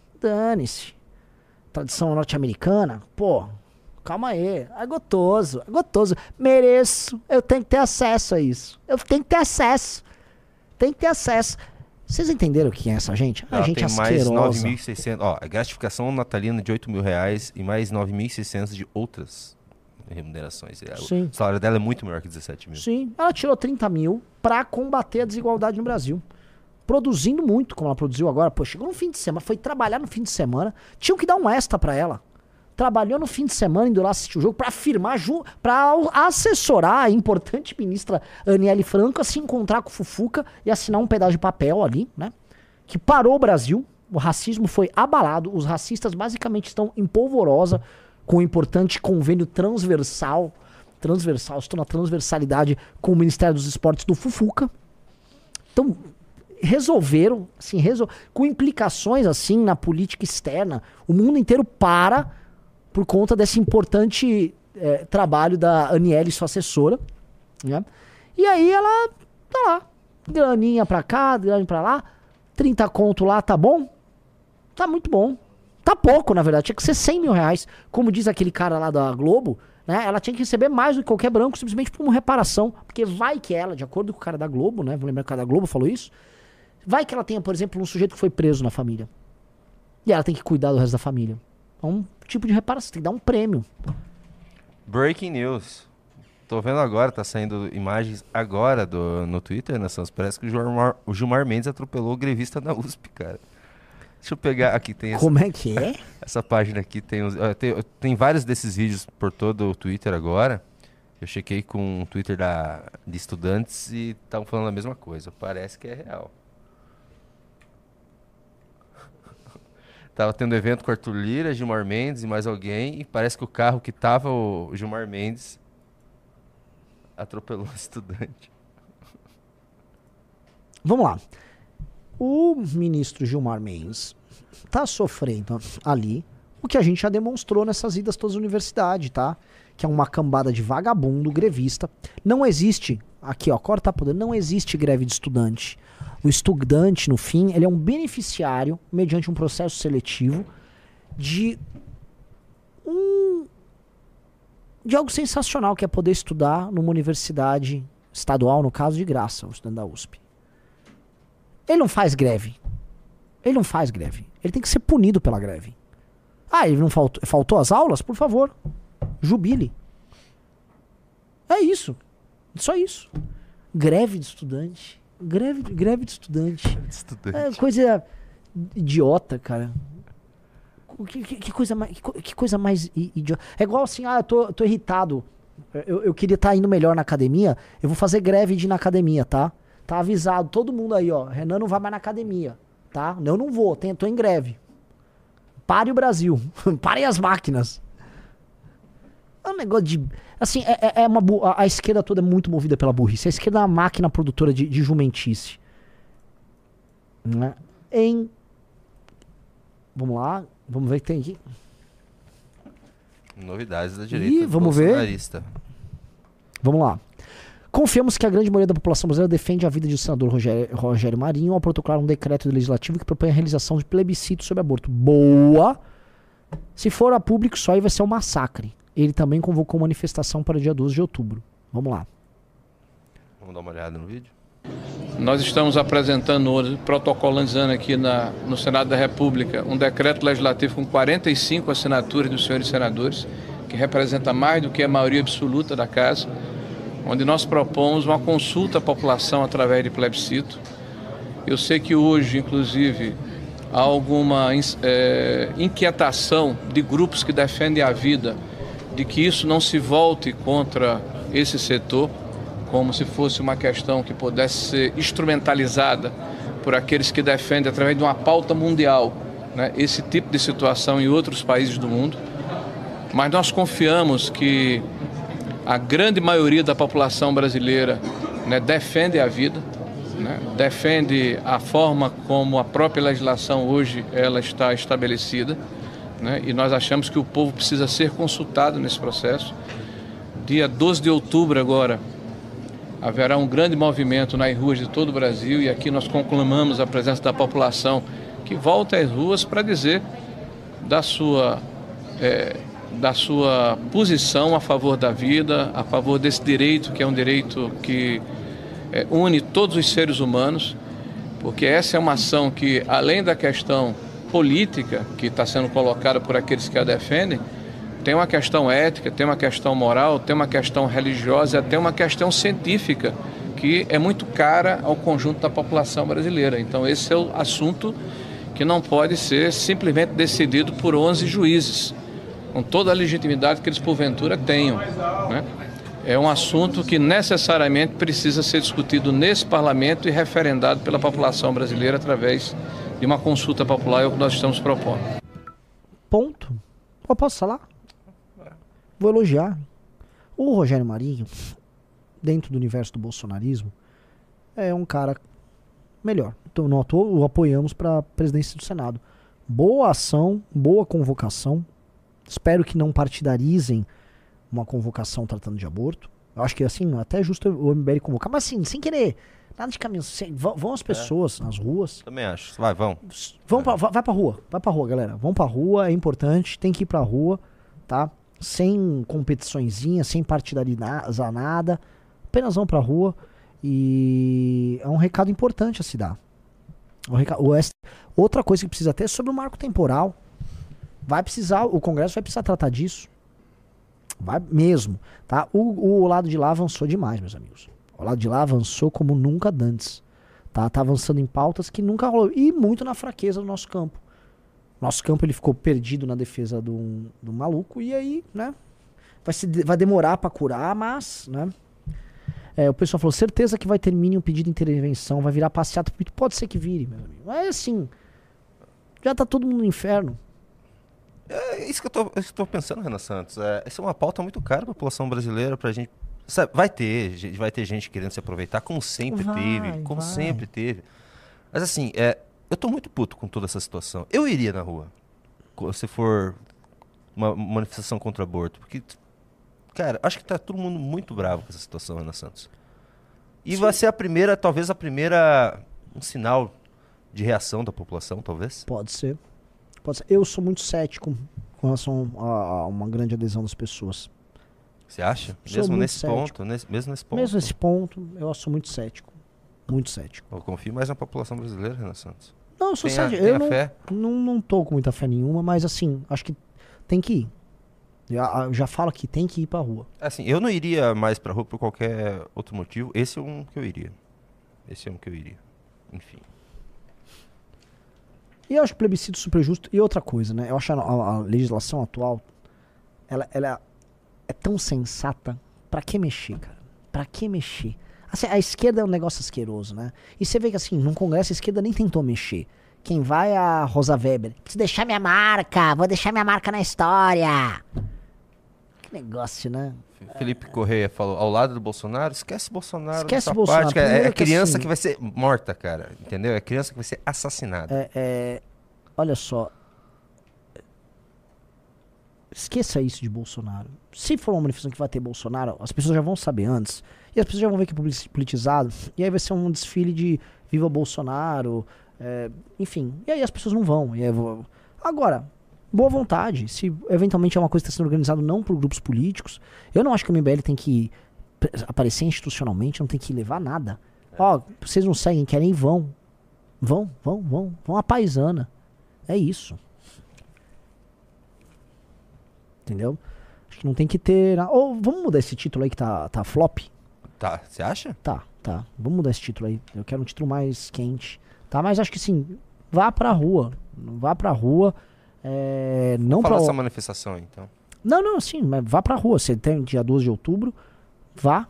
Tradição norte-americana? Pô, calma aí. É gostoso. Mereço. Eu tenho que ter acesso a isso. Vocês entenderam o que é essa gente? A gente tem asquerosa. Mais 9.600. Ó, a gratificação natalina de R$8.000 e mais 9.600 de outras remunerações. Sim. O salário dela é muito maior que 17 mil. Sim, ela tirou 30 mil pra combater a desigualdade no Brasil. Produzindo muito, como ela produziu agora. Pô, chegou no fim de semana, foi trabalhar no fim de semana. Tinham que dar um extra pra ela. Trabalhou no fim de semana, indo lá assistir o jogo pra afirmar, pra assessorar a importante ministra Aniele Franco a se encontrar com o Fufuca e assinar um pedaço de papel ali, né? Que parou o Brasil. O racismo foi abalado. Os racistas basicamente estão em polvorosa com o importante convênio transversal, estou na transversalidade com o Ministério dos Esportes do Fufuca. Então, resolveram, assim, com implicações, assim, na política externa. O mundo inteiro para por conta desse importante trabalho da Aniele, sua assessora, né? E aí ela tá lá, graninha pra cá, graninha pra lá, 30 conto lá, tá bom? Tá muito bom. Tá pouco, na verdade, tinha que ser R$100.000. Como diz aquele cara lá da Globo, né? Ela tinha que receber mais do que qualquer branco, simplesmente por uma reparação. Porque vai que ela, de acordo com o cara da Globo, né? Vou lembrar que o cara da Globo falou isso. Vai que ela tenha, por exemplo, um sujeito que foi preso na família. E ela tem que cuidar do resto da família. É um tipo de reparação, tem que dar um prêmio. Breaking news. Tô vendo agora, tá saindo imagens agora no Twitter, né? Parece que o Gilmar Mendes atropelou o grevista na USP, cara. Deixa eu pegar aqui, tem Como é que é? Essa página aqui tem vários desses vídeos por todo o Twitter agora. Eu chequei com o Twitter de estudantes e estavam falando a mesma coisa. Parece que é real. Tava tendo evento com Arthur Lira, Gilmar Mendes e mais alguém. E parece que o carro que tava o Gilmar Mendes atropelou um estudante. Vamos lá. O ministro Gilmar Mendes tá sofrendo ali O que a gente já demonstrou nessas idas todas à universidade, tá? Que é uma cambada de vagabundo, grevista. Não existe, aqui ó, corta poder, não existe greve de estudante. O estudante, no fim, ele é um beneficiário, mediante um processo seletivo, de algo sensacional, que é poder estudar numa universidade estadual, no caso de graça, o estudante da USP. Ele não faz greve. Ele não faz greve. Ele tem que ser punido pela greve. Ah, ele não faltou às aulas? Por favor, jubile. É isso. Só isso. Greve de estudante. Greve de estudante. É coisa idiota, cara. Que coisa mais idiota. É igual assim, eu tô irritado. Eu queria estar indo melhor na academia. Eu vou fazer greve de ir na academia, tá? Tá avisado. Todo mundo aí, ó. Renan não vai mais na academia, tá? Eu não vou. Tô em greve. Pare o Brasil. Parem as máquinas. É um negócio de... Assim, a esquerda toda é muito movida pela burrice. A esquerda é uma máquina produtora de jumentice. Né? Vamos lá. Vamos ver o que tem aqui. Novidades da direita vamos bolsonarista. Ver. Vamos lá. Confiamos que a grande maioria da população brasileira defende a vida do senador Rogério Marinho ao protocolar um decreto legislativo que propõe a realização de plebiscito sobre aborto. Boa! Se for a público, só aí vai ser um massacre. Ele também convocou manifestação para o dia 12 de outubro. Vamos lá. Vamos dar uma olhada no vídeo? Nós estamos apresentando hoje, protocolizando aqui no Senado da República, um decreto legislativo com 45 assinaturas dos senhores senadores, que representa mais do que a maioria absoluta da Casa, onde nós propomos uma consulta à população através de plebiscito. Eu sei que hoje, inclusive, há alguma inquietação de grupos que defendem a vida, de que isso não se volte contra esse setor, como se fosse uma questão que pudesse ser instrumentalizada por aqueles que defendem, através de uma pauta mundial, né, esse tipo de situação em outros países do mundo. Mas nós confiamos que a grande maioria da população brasileira, né, defende a vida, né, defende a forma como a própria legislação hoje ela está estabelecida, né, e nós achamos que o povo precisa ser consultado nesse processo. Dia 12 de outubro agora, haverá um grande movimento nas ruas de todo o Brasil e aqui nós conclamamos a presença da população que volta às ruas para dizer da sua posição a favor da vida, a favor desse direito, que é um direito que une todos os seres humanos, porque essa é uma ação que, além da questão política que está sendo colocada por aqueles que a defendem, tem uma questão ética, tem uma questão moral, tem uma questão religiosa, até uma questão científica, que é muito cara ao conjunto da população brasileira. Então esse é o assunto que não pode ser simplesmente decidido por 11 juízes, com toda a legitimidade que eles porventura tenham, né? É um assunto que necessariamente precisa ser discutido nesse parlamento e referendado pela população brasileira através de uma consulta popular, é o que nós estamos propondo. Ponto. Eu posso falar? Vou elogiar. O Rogério Marinho, dentro do universo do bolsonarismo, é um cara melhor. Então, nós o apoiamos para a presidência do Senado. Boa ação, boa convocação. Espero que não partidarizem uma convocação tratando de aborto. Eu acho que assim, até é justo o MBL convocar, mas assim, sem querer. Nada de caminho. Vão as pessoas nas ruas. Também acho. Vão. Vai pra rua. Vai pra rua, galera. Vão pra rua, é importante. Tem que ir pra rua, tá? Sem competiçõezinha, sem partidarizar nada. Apenas vão pra rua. E é um recado importante a se dar. Outra coisa que precisa ter é sobre o marco temporal. O Congresso vai precisar tratar disso. Vai mesmo, tá? O lado de lá avançou demais, meus amigos. O lado de lá avançou como nunca antes. Tá avançando em pautas que nunca rolou. E muito na fraqueza do nosso campo. Nosso campo ele ficou perdido na defesa do maluco. E aí, né? Vai demorar pra curar, mas, né? O pessoal falou, certeza que vai ter mínimo pedido de intervenção. Vai virar passeata. Pode ser que vire, meu amigo. Mas assim, já tá todo mundo no inferno. É isso que eu tô pensando, Renan Santos. Essa é uma pauta muito cara para a população brasileira, pra gente. Sabe, vai ter gente querendo se aproveitar, como sempre teve. Mas assim, eu tô muito puto com toda essa situação. Eu iria na rua. Se for uma manifestação contra o aborto. Porque, cara, acho que tá todo mundo muito bravo com essa situação, Ana Santos. E vai ser talvez a primeira, um sinal de reação da população, talvez? Pode ser. Pode ser. Eu sou muito cético com relação a uma grande adesão das pessoas. Você acha? Sou Mesmo muito nesse cético. ponto? Mesmo nesse ponto? Mesmo nesse ponto, eu sou muito cético. Muito cético. Eu confio mais na população brasileira, Ana Santos. Não, eu sou Tenha- cético. tenha Eu fé. não tô com muita fé nenhuma, mas assim, acho que tem que ir. Eu já falo que tem que ir pra rua. Assim, eu não iria mais pra rua por qualquer outro motivo. Esse é um que eu iria. Enfim. E eu acho o plebiscito super justo. E outra coisa, né? Eu acho a legislação atual, ela é tão sensata. Pra que mexer, cara? Pra que mexer? Assim, a esquerda é um negócio asqueroso, né? E você vê que assim, no Congresso a esquerda nem tentou mexer. Quem vai é a Rosa Weber. Preciso deixar minha marca, vou deixar minha marca na história. Que negócio, né? Felipe Correia falou, ao lado do Bolsonaro, esquece Bolsonaro. Esquece dessa Bolsonaro. parte, que é Primeiro que criança assim- que vai ser morta, cara. Entendeu? É criança que vai ser assassinada. Olha só. Esqueça isso de Bolsonaro. Se for uma manifestação que vai ter Bolsonaro, as pessoas já vão saber antes. E as pessoas já vão ver que é politizado. E aí vai ser um desfile de Viva Bolsonaro. Enfim. E aí as pessoas não vão. Agora, boa vontade. Se eventualmente é uma coisa que está sendo organizada não por grupos políticos. Eu não acho que o MBL tem que aparecer institucionalmente, não tem que levar nada. Ó, vocês não seguem, querem, vão. Vão a paisana. É isso. Entendeu? Acho que não tem que ter... Ou vamos mudar esse título aí que tá flop? Tá, você acha? Tá. Vamos mudar esse título aí. Eu quero um título mais quente. Tá? Mas acho que sim, vá pra rua. Vá pra rua. Não Fala pra... dessa manifestação, então. Não, sim, mas vá pra rua. Você tem dia 12 de outubro. Vá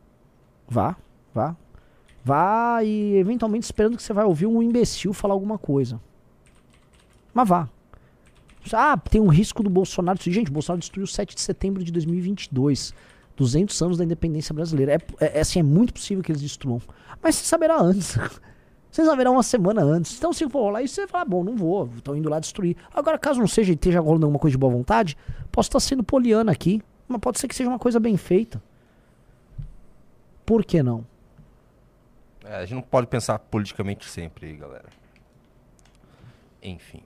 e eventualmente esperando que você vai ouvir um imbecil falar alguma coisa. Mas vá. Tem um risco do Bolsonaro. Gente, o Bolsonaro destruiu 7 de setembro de 2022. 200 anos da independência brasileira. É muito possível que eles destruam. Mas você saberá antes. Você saberá uma semana antes. Então, se for lá e você fala, bom, não vou. Estou indo lá destruir. Agora, caso não seja e esteja rolando alguma coisa de boa vontade, posso estar sendo poliana aqui. Mas pode ser que seja uma coisa bem feita. Por que não? A gente não pode pensar politicamente sempre, galera. Enfim.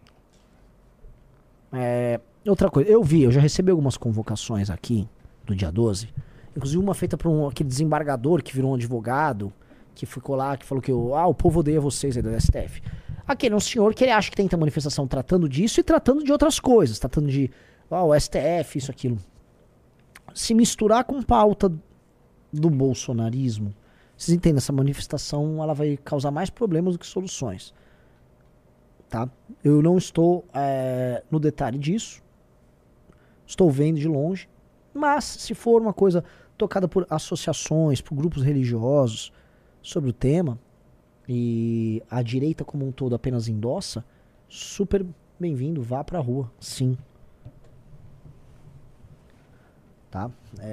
Outra coisa, eu já recebi algumas convocações aqui do dia 12, inclusive uma feita por aquele desembargador que virou um advogado, que ficou lá, que falou que o povo odeia vocês aí do STF. Aquele é um senhor que ele acha que tem a manifestação tratando disso e tratando de outras coisas, tratando de o STF, isso, aquilo. Se misturar com pauta do bolsonarismo, vocês entendem, essa manifestação ela vai causar mais problemas do que soluções. Tá? Eu não estou no detalhe disso. Estou vendo de longe. Mas se for uma coisa tocada por associações, por grupos religiosos sobre o tema, e a direita como um todo apenas endossa, super bem-vindo, vá pra rua, sim. Tá?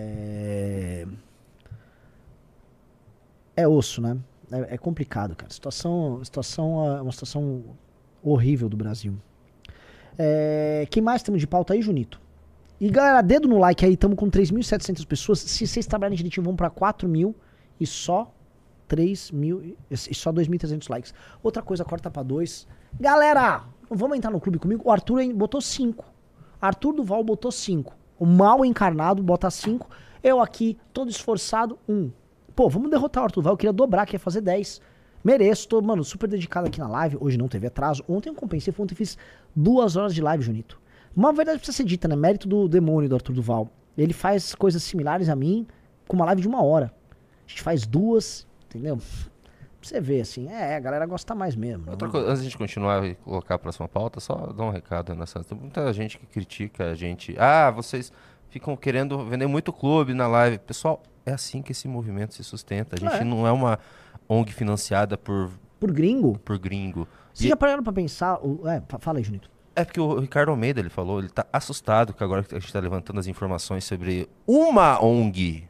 É osso, né? É complicado, cara. A situação é uma situação horrível do Brasil. Quem mais temos de pauta aí, Junito? E galera, dedo no like aí, estamos com 3.700 pessoas. Se vocês trabalharem direitinho, vão pra 4.000 e só 3.000 e só 2.300 likes. Outra coisa, corta pra 2. Galera, vamos entrar no clube comigo? O Arthur botou 5. Arthur Duval botou 5. O mal encarnado bota 5. Eu aqui, todo esforçado, 1. Pô, vamos derrotar o Arthur Duval. Eu queria dobrar, queria fazer 10. Mereço, tô, mano, super dedicado aqui na live. Hoje não teve atraso. Ontem eu compensei, ontem eu fiz 2 horas de live, Junito. Uma verdade precisa ser dita, né? Mérito do demônio do Arthur Duval. Ele faz coisas similares a mim com uma live de 1 hora. A gente faz 2, entendeu? Pra você ver, assim, a galera gosta mais mesmo. Outra coisa, antes de a gente continuar e colocar a próxima pauta, só dar um recado nessa. Tem muita gente que critica a gente. Vocês ficam querendo vender muito clube na live. Pessoal, é assim que esse movimento se sustenta. A gente não é uma ONG financiada por gringo. Por gringo. Vocês já pararam pra pensar... fala aí, Junito. É porque o Ricardo Almeida, ele falou, ele tá assustado que agora que a gente tá levantando as informações sobre uma ONG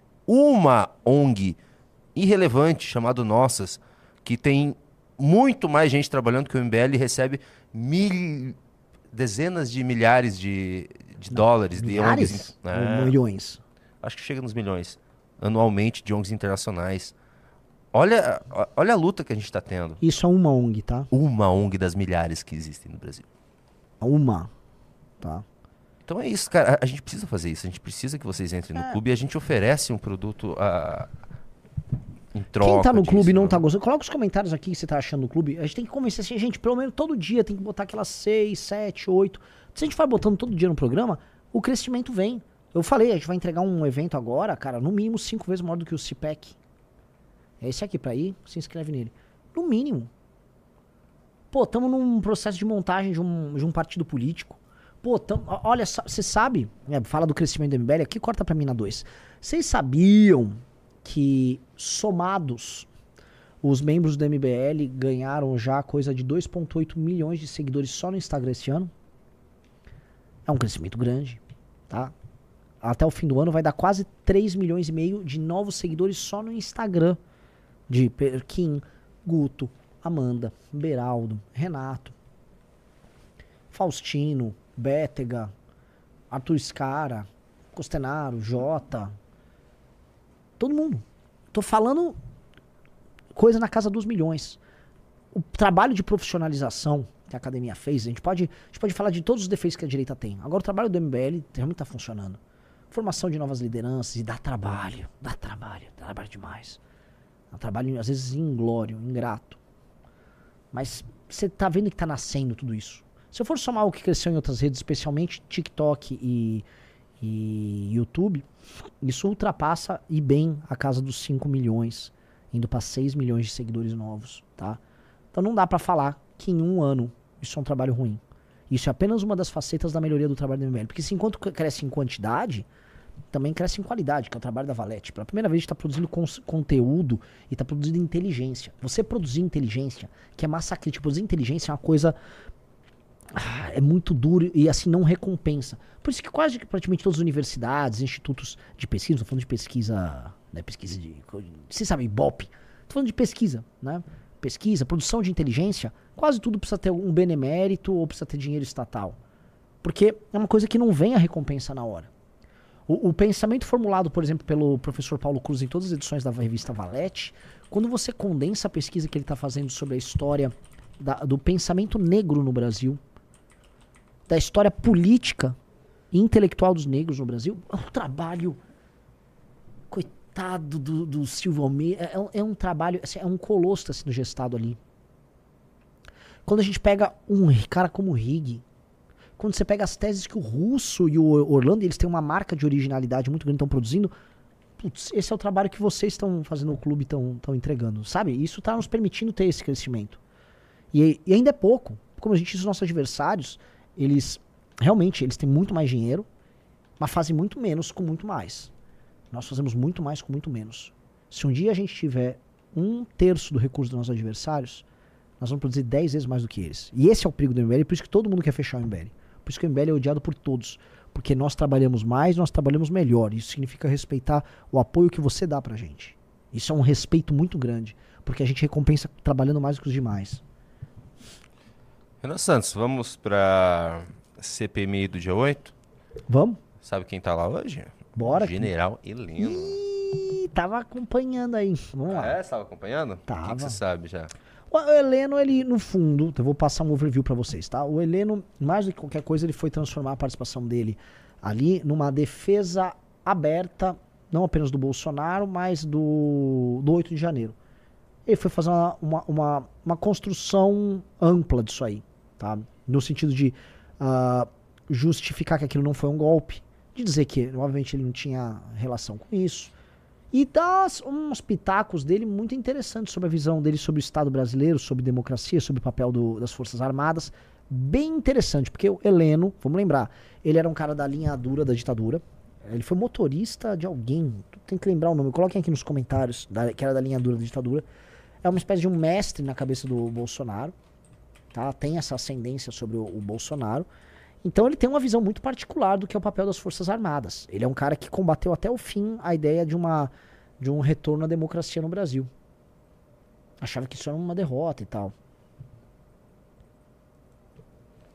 irrelevante, chamado Nossas, que tem muito mais gente trabalhando que o MBL e recebe dezenas de milhares de de dólares, de milhares? ONGs. Ou milhões? Acho que chega nos milhões. Anualmente, de ONGs internacionais. Olha a luta que a gente está tendo. Isso é uma ONG, tá? Uma ONG das milhares que existem no Brasil. Uma, tá? Então é isso, cara. A gente precisa fazer isso. A gente precisa que vocês entrem no clube e a gente oferece um produto em troca. Quem tá no clube e não né? tá gostando, coloca os comentários aqui que você tá achando do clube. A gente tem que convencer assim, gente, pelo menos todo dia tem que botar aquelas 6, 7, 8. Se a gente vai botando todo dia no programa, o crescimento vem. Eu falei, a gente vai entregar um evento agora, cara, no mínimo 5 vezes maior do que o CPEC. É esse aqui, pra ir, se inscreve nele. No mínimo. Pô, tamo num processo de montagem de um partido político. Pô, olha, você sabe, fala do crescimento do MBL, aqui corta pra mim na 2. Vocês sabiam que, somados, os membros do MBL ganharam já coisa de 2,8 milhões de seguidores só no Instagram esse ano? É um crescimento grande, tá? Até o fim do ano vai dar quase 3 milhões e meio de novos seguidores só no Instagram. De Kim, Guto, Amanda, Beraldo, Renato, Faustino, Bétega, Arthur Scara, Costenaro, Jota. Todo mundo. Tô falando coisa na casa dos milhões. O trabalho de profissionalização que a academia fez, a gente pode falar de todos os defeitos que a direita tem. Agora o trabalho do MBL realmente tá funcionando. Formação de novas lideranças e dá trabalho demais. É um trabalho, às vezes, inglório, ingrato. Mas você tá vendo que tá nascendo tudo isso. Se eu for somar o que cresceu em outras redes, especialmente TikTok e YouTube, isso ultrapassa e bem a casa dos 5 milhões, indo para 6 milhões de seguidores novos, tá? Então não dá para falar que em um ano isso é um trabalho ruim. Isso é apenas uma das facetas da melhoria do trabalho do MBL. Porque se enquanto cresce em quantidade, também cresce em qualidade, que é o trabalho da Valete. Pela primeira vez a gente está produzindo conteúdo e está produzindo inteligência. Você produzir inteligência, que é massa crítica, produzir inteligência é uma coisa... é muito duro e assim não recompensa. Por isso que quase praticamente todas as universidades, institutos de pesquisa, não tô falando de pesquisa, né, pesquisa de... Vocês sabem, Ibope. Tô falando de pesquisa, né? Pesquisa, produção de inteligência, quase tudo precisa ter um benemérito ou precisa ter dinheiro estatal. Porque é uma coisa que não vem a recompensa na hora. O pensamento formulado, por exemplo, pelo professor Paulo Cruz em todas as edições da revista Valete, quando você condensa a pesquisa que ele está fazendo sobre a história do pensamento negro no Brasil, da história política e intelectual dos negros no Brasil, é um trabalho... Coitado do Silvio Almeida, é um trabalho, assim, é um colosso tá sendo gestado ali. Quando a gente pega um cara como o Rig, quando você pega as teses que o Russo e o Orlando, eles têm uma marca de originalidade muito grande, estão produzindo, putz, esse é o trabalho que vocês estão fazendo no clube, estão entregando, sabe? Isso está nos permitindo ter esse crescimento. E ainda é pouco. Como a gente diz, os nossos adversários, eles têm muito mais dinheiro, mas fazem muito menos com muito mais. Nós fazemos muito mais com muito menos. Se um dia a gente tiver 1/3 do recurso dos nossos adversários, nós vamos produzir 10 vezes mais do que eles. E esse é o perigo do MBL, por isso que todo mundo quer fechar o MBL. Por isso que o MBL é odiado por todos. Porque nós trabalhamos mais, nós trabalhamos melhor. Isso significa respeitar o apoio que você dá pra gente. Isso é um respeito muito grande. Porque a gente recompensa trabalhando mais do que os demais. Renan Santos, vamos pra CPMI do dia 8? Vamos? Sabe quem tá lá hoje? Bora. General Heleno. Ih, tava acompanhando aí. Vamos lá. Você tava acompanhando? Tava. O que você sabe já? O Heleno, ele, no fundo, eu vou passar um overview pra vocês, tá? O Heleno, mais do que qualquer coisa, ele foi transformar a participação dele ali numa defesa aberta, não apenas do Bolsonaro, mas do 8 de janeiro. Ele foi fazer uma construção ampla disso aí, tá? No sentido de justificar que aquilo não foi um golpe, de dizer que, obviamente, ele não tinha relação com isso, e dá uns pitacos dele muito interessantes sobre a visão dele sobre o Estado brasileiro, sobre democracia, sobre o papel das Forças Armadas. Bem interessante, porque o Heleno, vamos lembrar, ele era um cara da linha dura da ditadura, ele foi motorista de alguém, tem que lembrar o nome, coloquem aqui nos comentários, que era da linha dura da ditadura. É uma espécie de um mestre na cabeça do Bolsonaro, tá? Tem essa ascendência sobre o Bolsonaro. Então ele tem uma visão muito particular do que é o papel das Forças Armadas. Ele é um cara que combateu até o fim a ideia de um retorno à democracia no Brasil. Achava que isso era uma derrota e tal.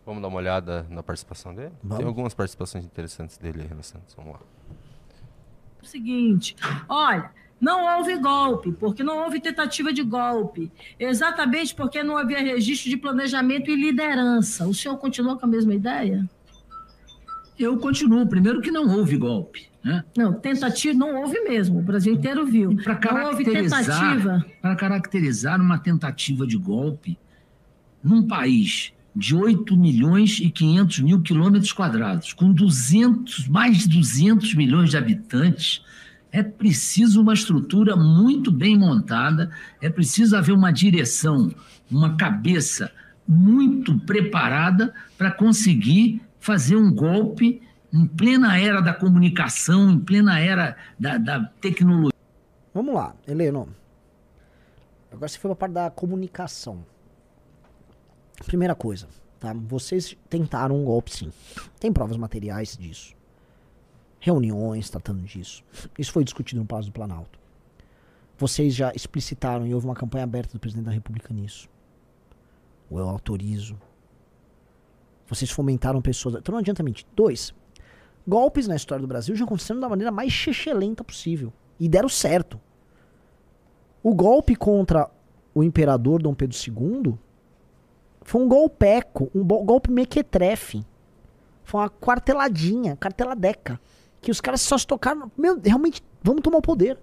Vamos dar uma olhada na participação dele? Vamos. Tem algumas participações interessantes dele, Renan Santos. Vamos lá. O seguinte, olha, não houve golpe, porque não houve tentativa de golpe, exatamente porque não havia registro de planejamento e liderança. O senhor continua com a mesma ideia? Eu continuo. Primeiro que não houve golpe, né? Não, tentativa não houve mesmo, o Brasil inteiro viu. Não houve tentativa. Para caracterizar uma tentativa de golpe num país de 8 milhões e 500 mil quilômetros quadrados, com mais de 200 milhões de habitantes, é preciso uma estrutura muito bem montada, é preciso haver uma direção, uma cabeça muito preparada para conseguir fazer um golpe em plena era da comunicação, em plena era da tecnologia. Vamos lá, Heleno. Agora você foi pra parte da comunicação. Primeira coisa, tá? Vocês tentaram um golpe, sim. Tem provas materiais disso. Reuniões tratando disso. Isso foi discutido no Palácio do Planalto. Vocês já explicitaram e houve uma campanha aberta do presidente da República nisso. Eu autorizo. Vocês fomentaram pessoas... Então não adianta mentir. 2. Golpes na história do Brasil já aconteceram da maneira mais chechelenta possível. E deram certo. O golpe contra o imperador Dom Pedro II foi um golpeco, um golpe mequetrefe. Foi uma carteladeca. Que os caras só se tocaram... Meu, realmente, vamos tomar o poder.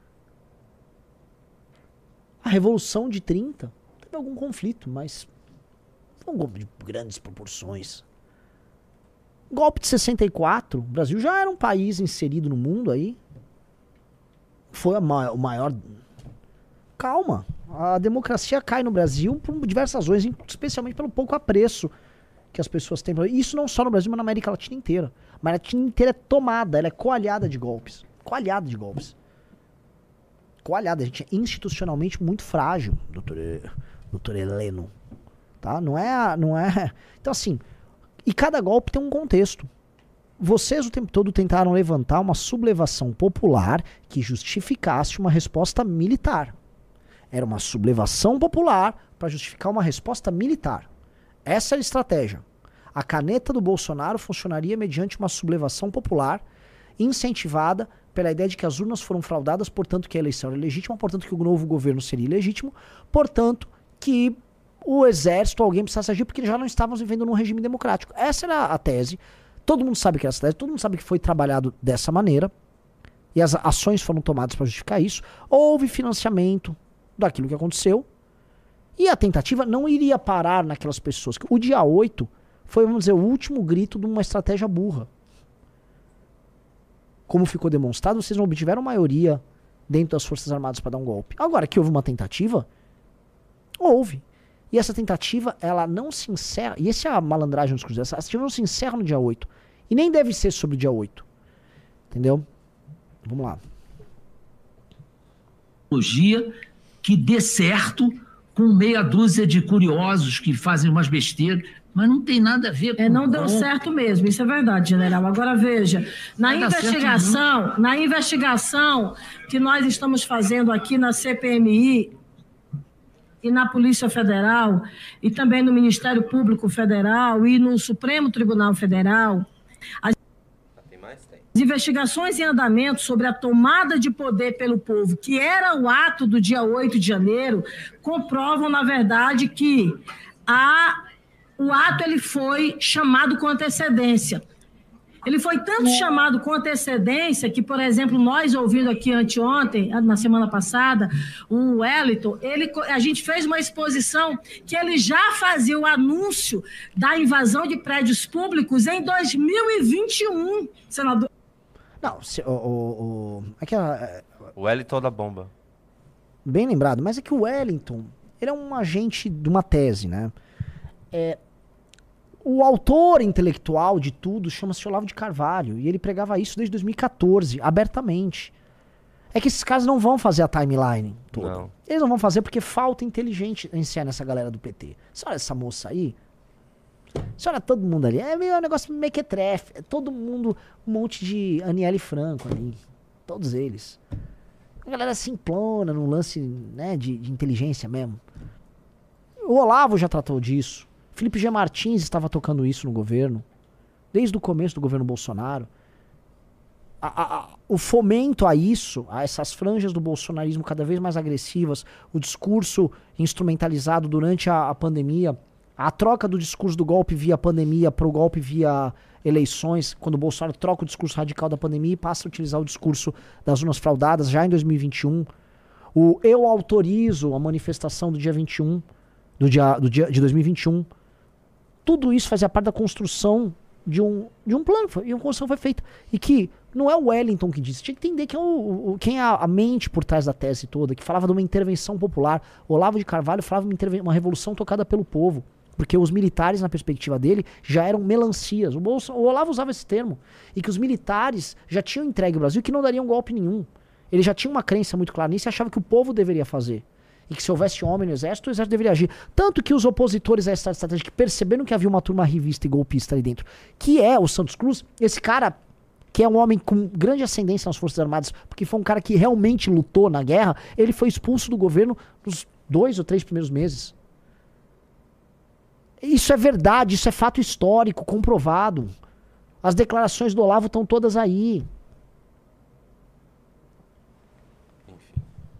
A Revolução de 30 teve algum conflito, mas... Foi um golpe de grandes proporções. Golpe de 64, o Brasil já era um país inserido no mundo aí. Foi o maior... Calma. A democracia cai no Brasil por diversas razões, especialmente pelo pouco apreço que as pessoas têm. Isso não só no Brasil, mas na América Latina inteira. A América Latina inteira é tomada, ela é coalhada de golpes. Coalhada. A gente é institucionalmente muito frágil, doutor Heleno. Tá? Não é... Então assim, e cada golpe tem um contexto. Vocês o tempo todo tentaram levantar uma sublevação popular que justificasse uma resposta militar. Era uma sublevação popular para justificar uma resposta militar. Essa era a estratégia. A caneta do Bolsonaro funcionaria mediante uma sublevação popular incentivada pela ideia de que as urnas foram fraudadas, portanto que a eleição era legítima, portanto que o novo governo seria ilegítimo, portanto que o exército, alguém precisasse agir porque já não estávamos vivendo num regime democrático. Essa era a tese. Todo mundo sabe que era essa tese, todo mundo sabe que foi trabalhado dessa maneira e as ações foram tomadas para justificar isso. Houve financiamento daquilo que aconteceu e a tentativa não iria parar naquelas pessoas. O dia 8 foi, vamos dizer, o último grito de uma estratégia burra. Como ficou demonstrado, vocês não obtiveram maioria dentro das Forças Armadas para dar um golpe. Agora, que houve uma tentativa, houve. E essa tentativa, ela não se encerra, e essa é a malandragem dos cruzeiros, essa tentativa não se encerra no dia 8. E nem deve ser sobre o dia 8. Entendeu? Vamos lá. Que dê certo com meia dúzia de curiosos que fazem umas besteiras, mas não tem nada a ver com... Não deu certo mesmo, isso é verdade, general. Agora veja, na investigação que nós estamos fazendo aqui na CPMI e na Polícia Federal, e também no Ministério Público Federal e no Supremo Tribunal Federal, as investigações em andamento sobre a tomada de poder pelo povo, que era o ato do dia 8 de janeiro, comprovam, na verdade, que o ato ele foi chamado com antecedência. Ele foi tanto chamado com antecedência que, por exemplo, nós ouvindo aqui anteontem, na semana passada, o Wellington, a gente fez uma exposição que ele já fazia o anúncio da invasão de prédios públicos em 2021, senador. Não, O Wellington da bomba. Bem lembrado, mas é que o Wellington, ele é um agente de uma tese, né? O autor intelectual de tudo chama-se Olavo de Carvalho, e ele pregava isso desde 2014, abertamente. É que esses caras não vão fazer a timeline toda. Não. Eles não vão fazer porque falta inteligência nessa galera do PT. Você olha essa moça aí, você olha todo mundo ali, é meio um negócio mequetrefe, é todo mundo, um monte de Aniele Franco ali, todos eles. A galera simplona no lance, né, de inteligência mesmo. O Olavo já tratou disso. Felipe G. Martins estava tocando isso no governo, desde o começo do governo Bolsonaro. O fomento a isso, a essas franjas do bolsonarismo cada vez mais agressivas, o discurso instrumentalizado durante a pandemia, a troca do discurso do golpe via pandemia para o golpe via eleições, quando o Bolsonaro troca o discurso radical da pandemia e passa a utilizar o discurso das urnas fraudadas já em 2021. Eu autorizo a manifestação do dia 21, de 2021. Tudo isso fazia parte da construção de um plano, e uma construção foi feita. E que não é o Wellington que disse, tinha que entender que quem é a mente por trás da tese toda, que falava de uma intervenção popular. Olavo de Carvalho falava de uma revolução tocada pelo povo. Porque os militares, na perspectiva dele, já eram melancias. O Olavo usava esse termo. E que os militares já tinham entregue o Brasil e que não dariam golpe nenhum. Ele já tinha uma crença muito clara nisso e achava que o povo deveria fazer. E que se houvesse homem no exército, o exército deveria agir. Tanto que os opositores a essa estratégia, que perceberam que havia uma turma rivista e golpista ali dentro, que é o Santos Cruz, esse cara, que é um homem com grande ascendência nas Forças Armadas, porque foi um cara que realmente lutou na guerra, ele foi expulso do governo nos 2 ou 3 primeiros meses. Isso é verdade, isso é fato histórico, comprovado. As declarações do Olavo estão todas aí. Enfim.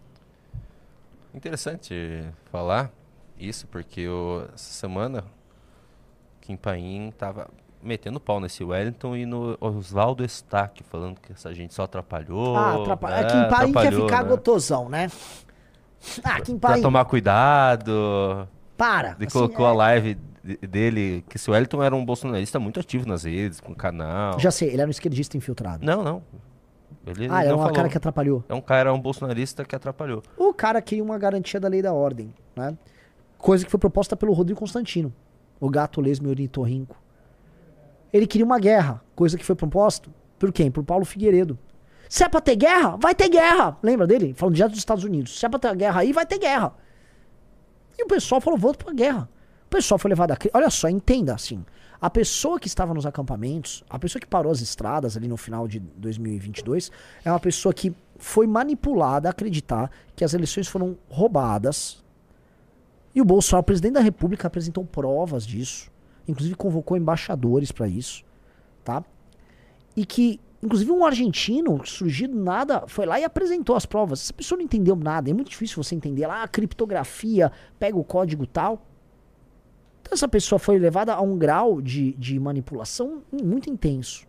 Interessante falar isso, porque essa semana Kim Paim estava metendo pau nesse Wellington e no Oswaldo Eustáquio, falando que essa gente só atrapalhou. Kim Paim quer ficar gotosão, né? Kim Paim. Pra tomar cuidado. Ele colocou a live dele, que esse Wellington era um bolsonarista muito ativo nas redes, com canal. Já sei, ele era um esquerdista infiltrado. Não. Ele era um cara que atrapalhou. Era um bolsonarista que atrapalhou. O cara queria uma garantia da lei da ordem, né? Coisa que foi proposta pelo Rodrigo Constantino, o gato lesmo e ornitorrinco. Ele queria uma guerra, coisa que foi proposta por quem? Por Paulo Figueiredo. Se é pra ter guerra, vai ter guerra. Lembra dele? Falando direto dos Estados Unidos. Se é pra ter guerra aí, vai ter guerra. E o pessoal falou, vamos pra guerra. O pessoal foi levado a... Olha só, entenda assim. A pessoa que estava nos acampamentos, a pessoa que parou as estradas ali no final de 2022, é uma pessoa que foi manipulada a acreditar que as eleições foram roubadas. E o Bolsonaro, o presidente da República, apresentou provas disso. Inclusive convocou embaixadores para isso. Tá? E que, inclusive, um argentino surgido do nada foi lá e apresentou as provas. Essa pessoa não entendeu nada. É muito difícil você entender lá a criptografia, pega o código tal. Então essa pessoa foi levada a um grau de manipulação muito intenso.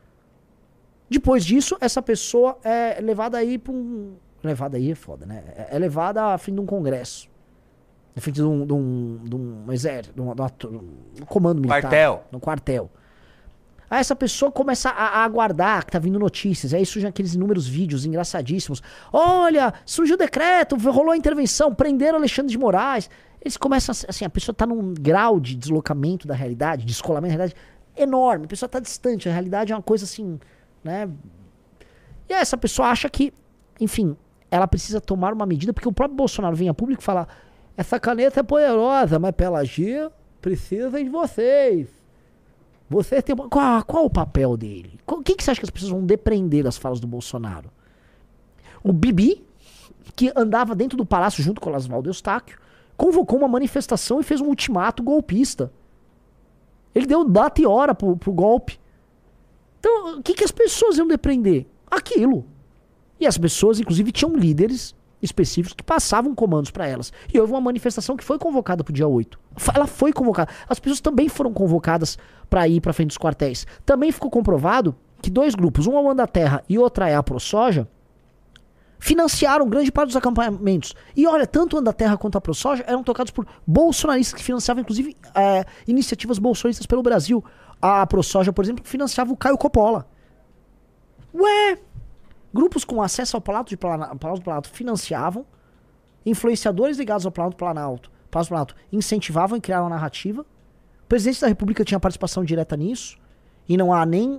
Depois disso, essa pessoa é levada aí para um... Levada aí é foda, né? É levada à frente de um congresso. Na frente de um exército, de um comando militar. No quartel. Aí essa pessoa começa a aguardar que tá vindo notícias. Aí surgem aqueles inúmeros vídeos engraçadíssimos. Olha, surgiu o decreto, rolou a intervenção, prenderam Alexandre de Moraes. Eles começam assim, a pessoa tá num grau de deslocamento da realidade, descolamento da realidade enorme. A pessoa tá distante, a realidade é uma coisa assim, né? E aí essa pessoa acha que, enfim, ela precisa tomar uma medida, porque o próprio Bolsonaro vem a público e fala: essa caneta é poderosa, mas pra ela agir, precisa de vocês. Vocês têm... Qual o papel dele? O que você acha que as pessoas vão depreender das falas do Bolsonaro? O Bibi, que andava dentro do palácio junto com o Oswaldo Eustáquio, convocou uma manifestação e fez um ultimato golpista. Ele deu data e hora pro golpe. Então, o que as pessoas iam depreender? Aquilo. E as pessoas, inclusive, tinham líderes específicos que passavam comandos para elas. E houve uma manifestação que foi convocada pro dia 8. Ela foi convocada. As pessoas também foram convocadas para ir para frente dos quartéis. Também ficou comprovado que 2 grupos, um é o Anda Terra e outra é a ProSoja, financiaram grande parte dos acampamentos. E olha, tanto o Anda Terra quanto a ProSoja eram tocados por bolsonaristas que financiavam, inclusive, iniciativas bolsonaristas pelo Brasil. A ProSoja, por exemplo, financiava o Caio Coppola. Ué! Grupos com acesso ao Palácio do Planalto financiavam, influenciadores ligados ao Palácio do Planalto incentivavam e criaram a narrativa. O presidente da República tinha participação direta nisso, e não há nem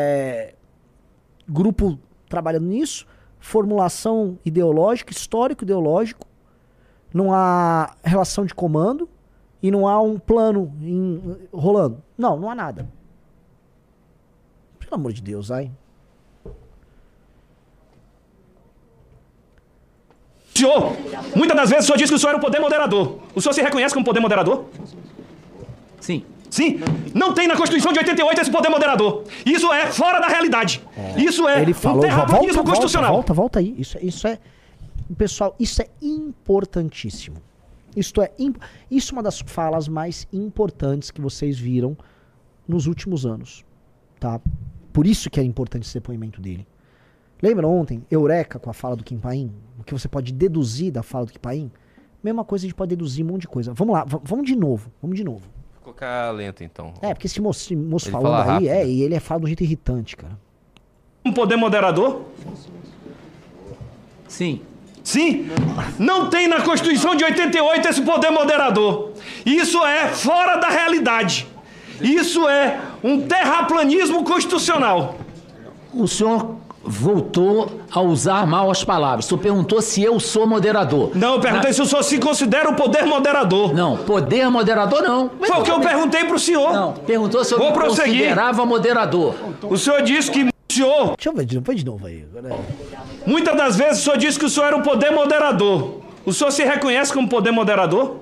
grupo trabalhando nisso. Formulação ideológica, histórico-ideológico, não há relação de comando e não há um plano rolando. Não há nada. Pelo amor de Deus, ai. Senhor, muitas das vezes o senhor diz que o senhor era um poder moderador. O senhor se reconhece como poder moderador? Sim. Sim, não tem na Constituição de 88 esse poder moderador. Isso é fora da realidade. Isso é Ele falou, um terraplanismo constitucional. Volta aí. Isso é, pessoal, isso é importantíssimo. Isso é uma das falas mais importantes que vocês viram nos últimos anos, tá? Por isso que era importante esse depoimento dele. Lembra ontem, Eureka com a fala do Kim Paim? O que você pode deduzir da fala do Kim Paim? Mesma coisa, a gente pode deduzir um monte de coisa. Vamos lá, vamos de novo. Vou colocar lento, então. Porque esse moço Ele falando fala aí, rápido. e ele fala de um jeito irritante, cara. Um poder moderador? Sim. Sim, não tem na Constituição de 88 esse poder moderador. Isso é fora da realidade. Isso é um terraplanismo constitucional. O senhor voltou a usar mal as palavras. O senhor perguntou se eu sou moderador. Não, eu perguntei se o senhor se considera o poder moderador. Não, poder moderador não. Foi o que eu perguntei pro senhor. Não, perguntou se eu Vou me prosseguir. considerava moderador. O senhor disse que o senhor... Deixa eu ver, põe de novo aí. Muitas das vezes o senhor disse que o senhor era um poder moderador. O senhor se reconhece como poder moderador?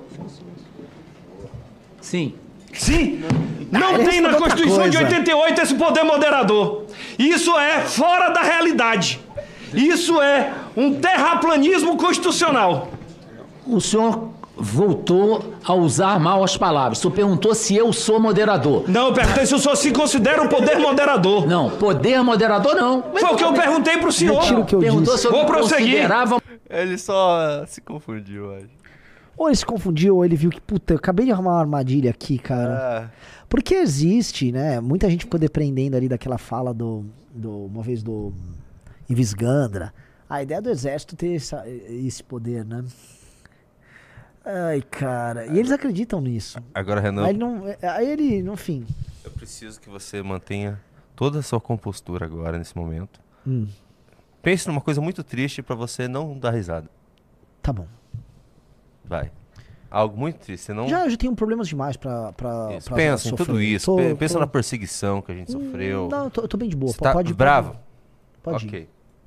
Sim. Sim. Não ele tem na respondeu outra Constituição de coisa. 88 esse poder moderador. Isso é fora da realidade. Isso é um terraplanismo constitucional. O senhor voltou a usar mal as palavras. O senhor perguntou se eu sou moderador. Não, eu perguntei se o senhor se considera um poder moderador. Não, poder moderador não. Foi o que eu perguntei pro senhor. Retiro o que eu Perguntou disse. se eu Vou me prosseguir. considerava... Ele só se confundiu, acho. Ou ele se confundiu, ou ele viu que, puta, eu acabei de arrumar uma armadilha aqui, cara. Porque existe, né? Muita gente ficou dependendo ali daquela fala uma vez do Ives Gandra. A ideia do exército ter esse poder, né? Ai, cara. E eles acreditam nisso. Agora, Renan, Aí ele, no fim. eu preciso que você mantenha toda a sua compostura agora, nesse momento. Pense numa coisa muito triste pra você não dar risada. Tá bom. Vai. Algo muito triste, você não... Já tenho problemas demais pra Isso, pensa em sofrer. tudo isso. Pensa na perseguição que a gente sofreu. Não, eu tô bem de boa. Você tá Pode bravo? Pode ir. Ok.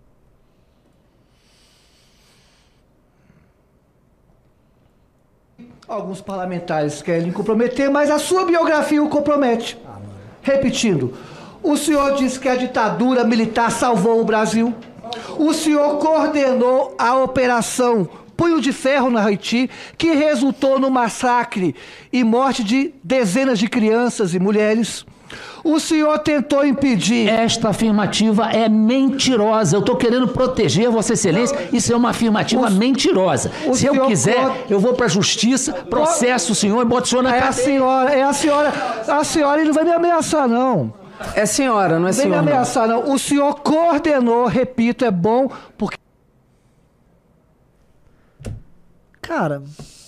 Alguns parlamentares querem comprometer, mas a sua biografia o compromete. Repetindo, o senhor disse que a ditadura militar salvou o Brasil. O senhor coordenou a operação Punho de Ferro no Haiti, que resultou no massacre e morte de dezenas de crianças e mulheres. O senhor tentou impedir... Esta afirmativa é mentirosa. Eu estou querendo proteger Vossa Excelência. Isso é uma afirmativa mentirosa. Se eu quiser, eu vou para a justiça, processo o senhor e boto o senhor na cadeia. A senhora, ele não vai me ameaçar, não. É senhora, não é Não vem me senhor. Não. ameaçar, não. O senhor coordenou, repito, é bom, porque... Cara,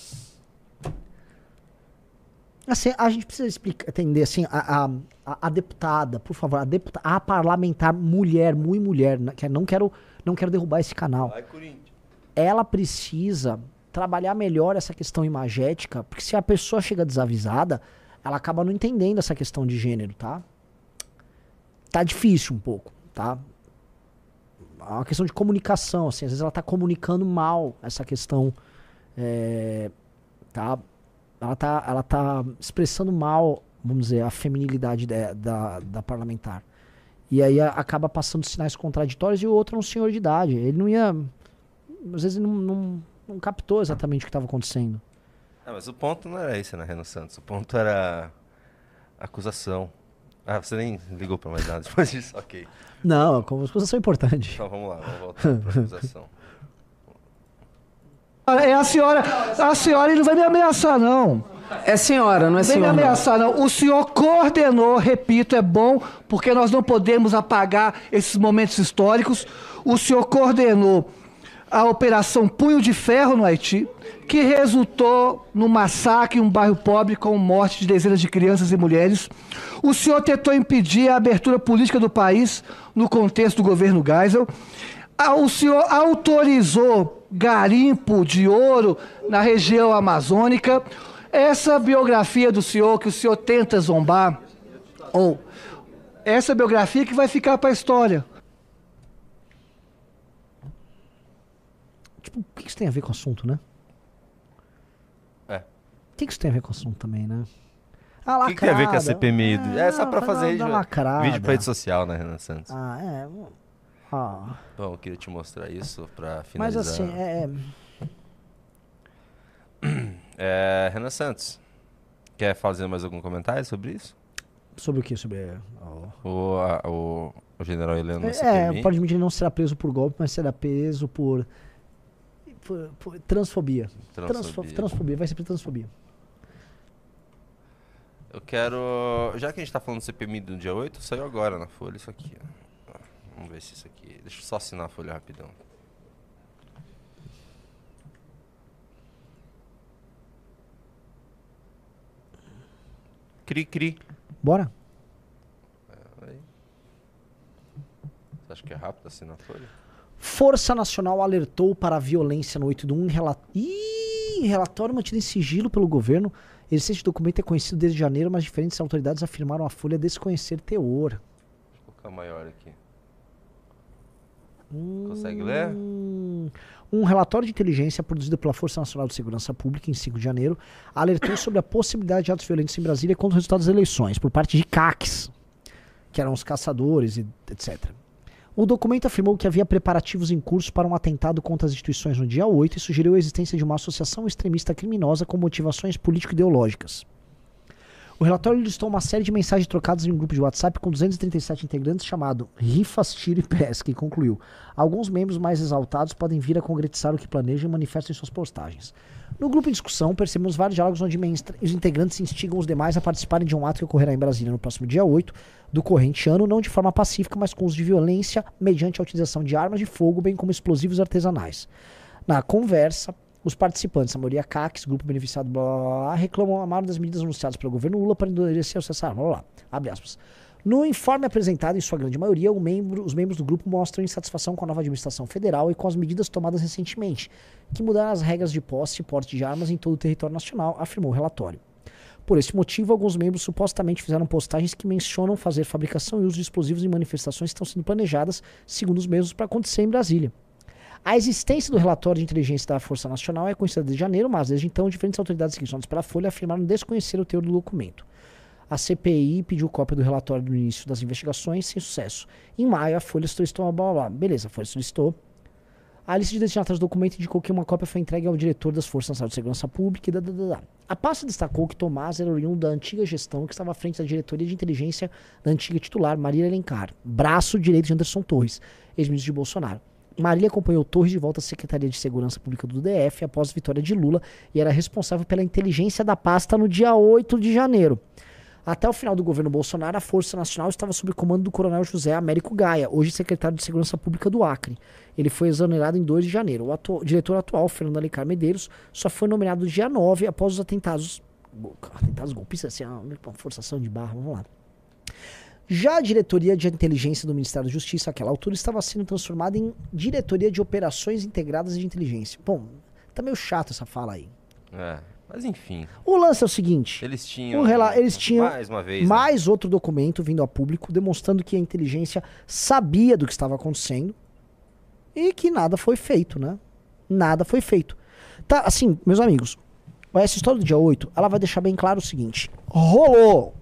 assim, a gente precisa entender, assim, a deputada, por favor, a parlamentar mulher, muito mulher, não quero derrubar esse canal. Ela precisa trabalhar melhor essa questão imagética, porque se a pessoa chega desavisada, ela acaba não entendendo essa questão de gênero, tá? Tá difícil um pouco, tá? É uma questão de comunicação, assim, às vezes ela tá comunicando mal essa questão... Ela tá expressando mal, vamos dizer, a feminilidade da parlamentar. E aí acaba passando sinais contraditórios e o outro é um senhor de idade. Ele não ia... Às vezes ele não captou exatamente o que estava acontecendo. Mas o ponto não era esse, né, Renan Santos? O ponto era a acusação. Você nem ligou pra mais nada depois disso? Ok. Não, a acusação é importante. Então vamos lá, vamos voltar pra acusação. A senhora, ele não vai me ameaçar, não. É senhora, não é Não vem me senhor. Não. ameaçar, não. O senhor coordenou, repito, é bom, porque nós não podemos apagar esses momentos históricos. O senhor coordenou a Operação Punho de Ferro no Haiti, que resultou no massacre em um bairro pobre com morte de dezenas de crianças e mulheres. O senhor tentou impedir a abertura política do país no contexto do governo Geisel. O senhor autorizou garimpo de ouro na região amazônica. Essa biografia do senhor, que o senhor tenta zombar, ou essa biografia que vai ficar para a história. Tipo, o que isso tem a ver com o assunto, né? O que isso tem a ver com o assunto também, né? O que tem a ver com a CPMI? É só pra fazer vídeo pra rede social, né, Renan Santos? Bom, eu queria te mostrar isso pra finalizar. Mas assim, Renan Santos, quer fazer mais algum comentário sobre isso? Sobre o que? Sobre o general Heleno na CPMI? Pode admitir que ele não será preso por golpe, mas será preso por transfobia. Transfobia, vai ser por transfobia. Eu quero... Já que a gente tá falando do CPMI do dia 8, saiu agora na Folha isso aqui. Ó. Vamos ver se isso aqui... Deixa eu só assinar a Folha rapidão. Cri. Bora? Aí. Você acha que é rápido assinar a Folha? Força Nacional alertou para a violência no 8 de 1 em relatório mantido em sigilo pelo governo. Esse documento é conhecido desde janeiro, mas diferentes autoridades afirmaram à Folha desconhecer teor. Deixa eu colocar maior aqui. Consegue ler? Um relatório de inteligência produzido pela Força Nacional de Segurança Pública em 5 de janeiro alertou sobre a possibilidade de atos violentos em Brasília contra os resultados das eleições, por parte de CACs, que eram os caçadores, etc. O documento afirmou que havia preparativos em curso para um atentado contra as instituições no dia 8 e sugeriu a existência de uma associação extremista criminosa com motivações político-ideológicas. O relatório listou uma série de mensagens trocadas em um grupo de WhatsApp com 237 integrantes chamado Rifas, Tiro e Pesca, e concluiu: alguns membros mais exaltados podem vir a concretizar o que planejam e manifestam em suas postagens. No grupo em discussão, percebemos vários diálogos onde os integrantes instigam os demais a participarem de um ato que ocorrerá em Brasília no próximo dia 8 do corrente ano, não de forma pacífica, mas com uso de violência mediante a utilização de armas de fogo, bem como explosivos artesanais. Na conversa, os participantes, a maioria CACs, grupo beneficiado, blá, blá, blá, reclamam a maioria das medidas anunciadas pelo governo Lula para endurecer essa arma. Blá, blá, abre aspas. No informe apresentado, em sua grande maioria, os membros do grupo mostram insatisfação com a nova administração federal e com as medidas tomadas recentemente, que mudaram as regras de posse e porte de armas em todo o território nacional, afirmou o relatório. Por esse motivo, alguns membros supostamente fizeram postagens que mencionam fazer fabricação e uso de explosivos em manifestações que estão sendo planejadas, segundo os mesmos, para acontecer em Brasília. A existência do relatório de inteligência da Força Nacional é conhecida desde janeiro, mas desde então diferentes autoridades inscritas pela Folha afirmaram desconhecer o teor do documento. A CPI pediu cópia do relatório no início das investigações, sem sucesso. Em maio, a Folha solicitou blá, blá, blá. Beleza, a Folha solicitou. A lista de destinatários do documento indicou que uma cópia foi entregue ao diretor das Forças Nacionais de Segurança Pública e A pasta destacou que Tomás era oriundo da antiga gestão que estava à frente da diretoria de inteligência da antiga titular, Marília Alencar, braço direito de Anderson Torres, ex-ministro de Bolsonaro. Marília acompanhou Torres de volta à Secretaria de Segurança Pública do DF após a vitória de Lula e era responsável pela inteligência da pasta no dia 8 de janeiro. Até o final do governo Bolsonaro, a Força Nacional estava sob o comando do coronel José Américo Gaia, hoje secretário de Segurança Pública do Acre. Ele foi exonerado em 2 de janeiro. O diretor atual, Fernando Alencar Medeiros, só foi nomeado no dia 9 após os atentados golpistas, assim, uma forçação de barra, vamos lá. Já a diretoria de inteligência do Ministério da Justiça, àquela altura, estava sendo transformada em diretoria de operações integradas de inteligência. Bom, tá meio chato essa fala aí. Mas enfim. O lance é o seguinte. Eles tinham mais uma vez, mais outro documento vindo a público demonstrando que a inteligência sabia do que estava acontecendo e que nada foi feito, né? Nada foi feito. Tá, assim, meus amigos, essa história do dia 8, ela vai deixar bem claro o seguinte. Rolou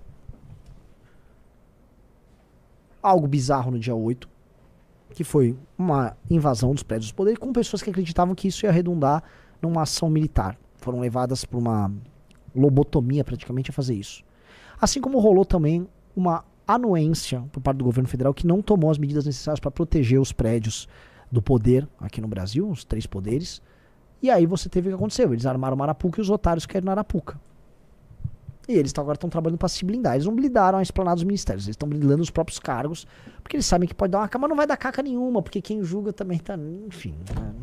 algo bizarro no dia 8, que foi uma invasão dos prédios do poder com pessoas que acreditavam que isso ia redundar numa ação militar. Foram levadas por uma lobotomia praticamente a fazer isso. Assim como rolou também uma anuência por parte do governo federal que não tomou as medidas necessárias para proteger os prédios do poder aqui no Brasil, os 3 poderes. E aí você teve o que aconteceu. Eles armaram uma Arapuca e os otários caíram na Arapuca. E eles agora estão trabalhando para se blindar. Eles não blindaram a esplanada dos ministérios. Eles estão blindando os próprios cargos, porque eles sabem que pode dar uma caca, mas não vai dar caca nenhuma, porque quem julga também tá... Enfim.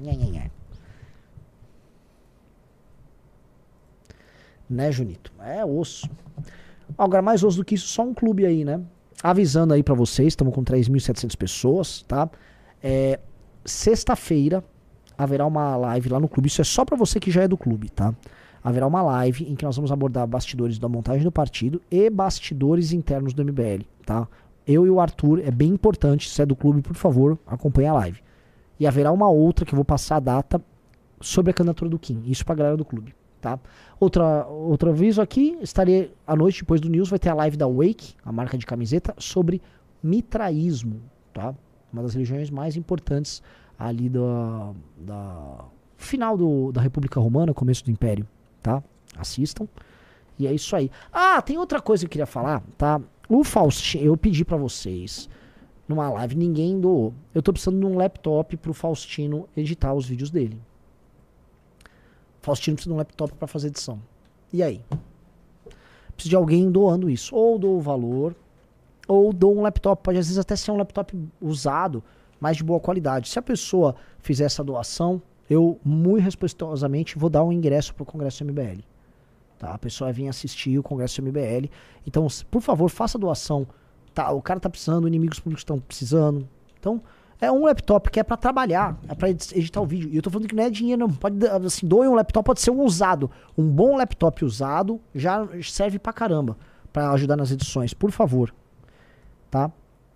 Né, Junito? É osso. Agora, mais osso do que isso, só um clube aí, né? Avisando aí pra vocês, estamos com 3.700 pessoas, tá? Sexta-feira haverá uma live lá no clube. Isso é só pra você que já é do clube, tá? Haverá uma live em que nós vamos abordar bastidores da montagem do partido e bastidores internos do MBL, tá? Eu e o Arthur, é bem importante, se é do clube, por favor, acompanhe a live. E haverá uma outra que eu vou passar a data sobre a candidatura do Kim, isso pra galera do clube. tá? Outro aviso aqui, estarei à noite, depois do News, vai ter a live da Wake, a marca de camiseta, sobre mitraísmo, tá? Uma das religiões mais importantes ali da final da República Romana, começo do Império, tá? Assistam. E é isso aí. Ah, tem outra coisa que eu queria falar, tá? O Faustino, eu pedi pra vocês, numa live, ninguém doou. Eu tô precisando de um laptop pro Faustino editar os vídeos dele. Faustino precisa de um laptop pra fazer edição. E aí? Preciso de alguém doando isso. Ou dou o valor, ou dou um laptop. Pode às vezes até ser um laptop usado, mas de boa qualidade. Se a pessoa fizer essa doação, eu, muito respeitosamente, vou dar um ingresso pro Congresso MBL. Tá? A pessoa vai vir assistir o Congresso MBL. Então, por favor, faça a doação. Tá? O cara tá precisando, inimigos públicos estão precisando. Então, é um laptop que é pra trabalhar, é pra editar o vídeo. E eu tô falando que não é dinheiro, não. Pode, assim, doem um laptop, pode ser um usado. Um bom laptop usado já serve pra caramba pra ajudar nas edições. Por favor. Tá?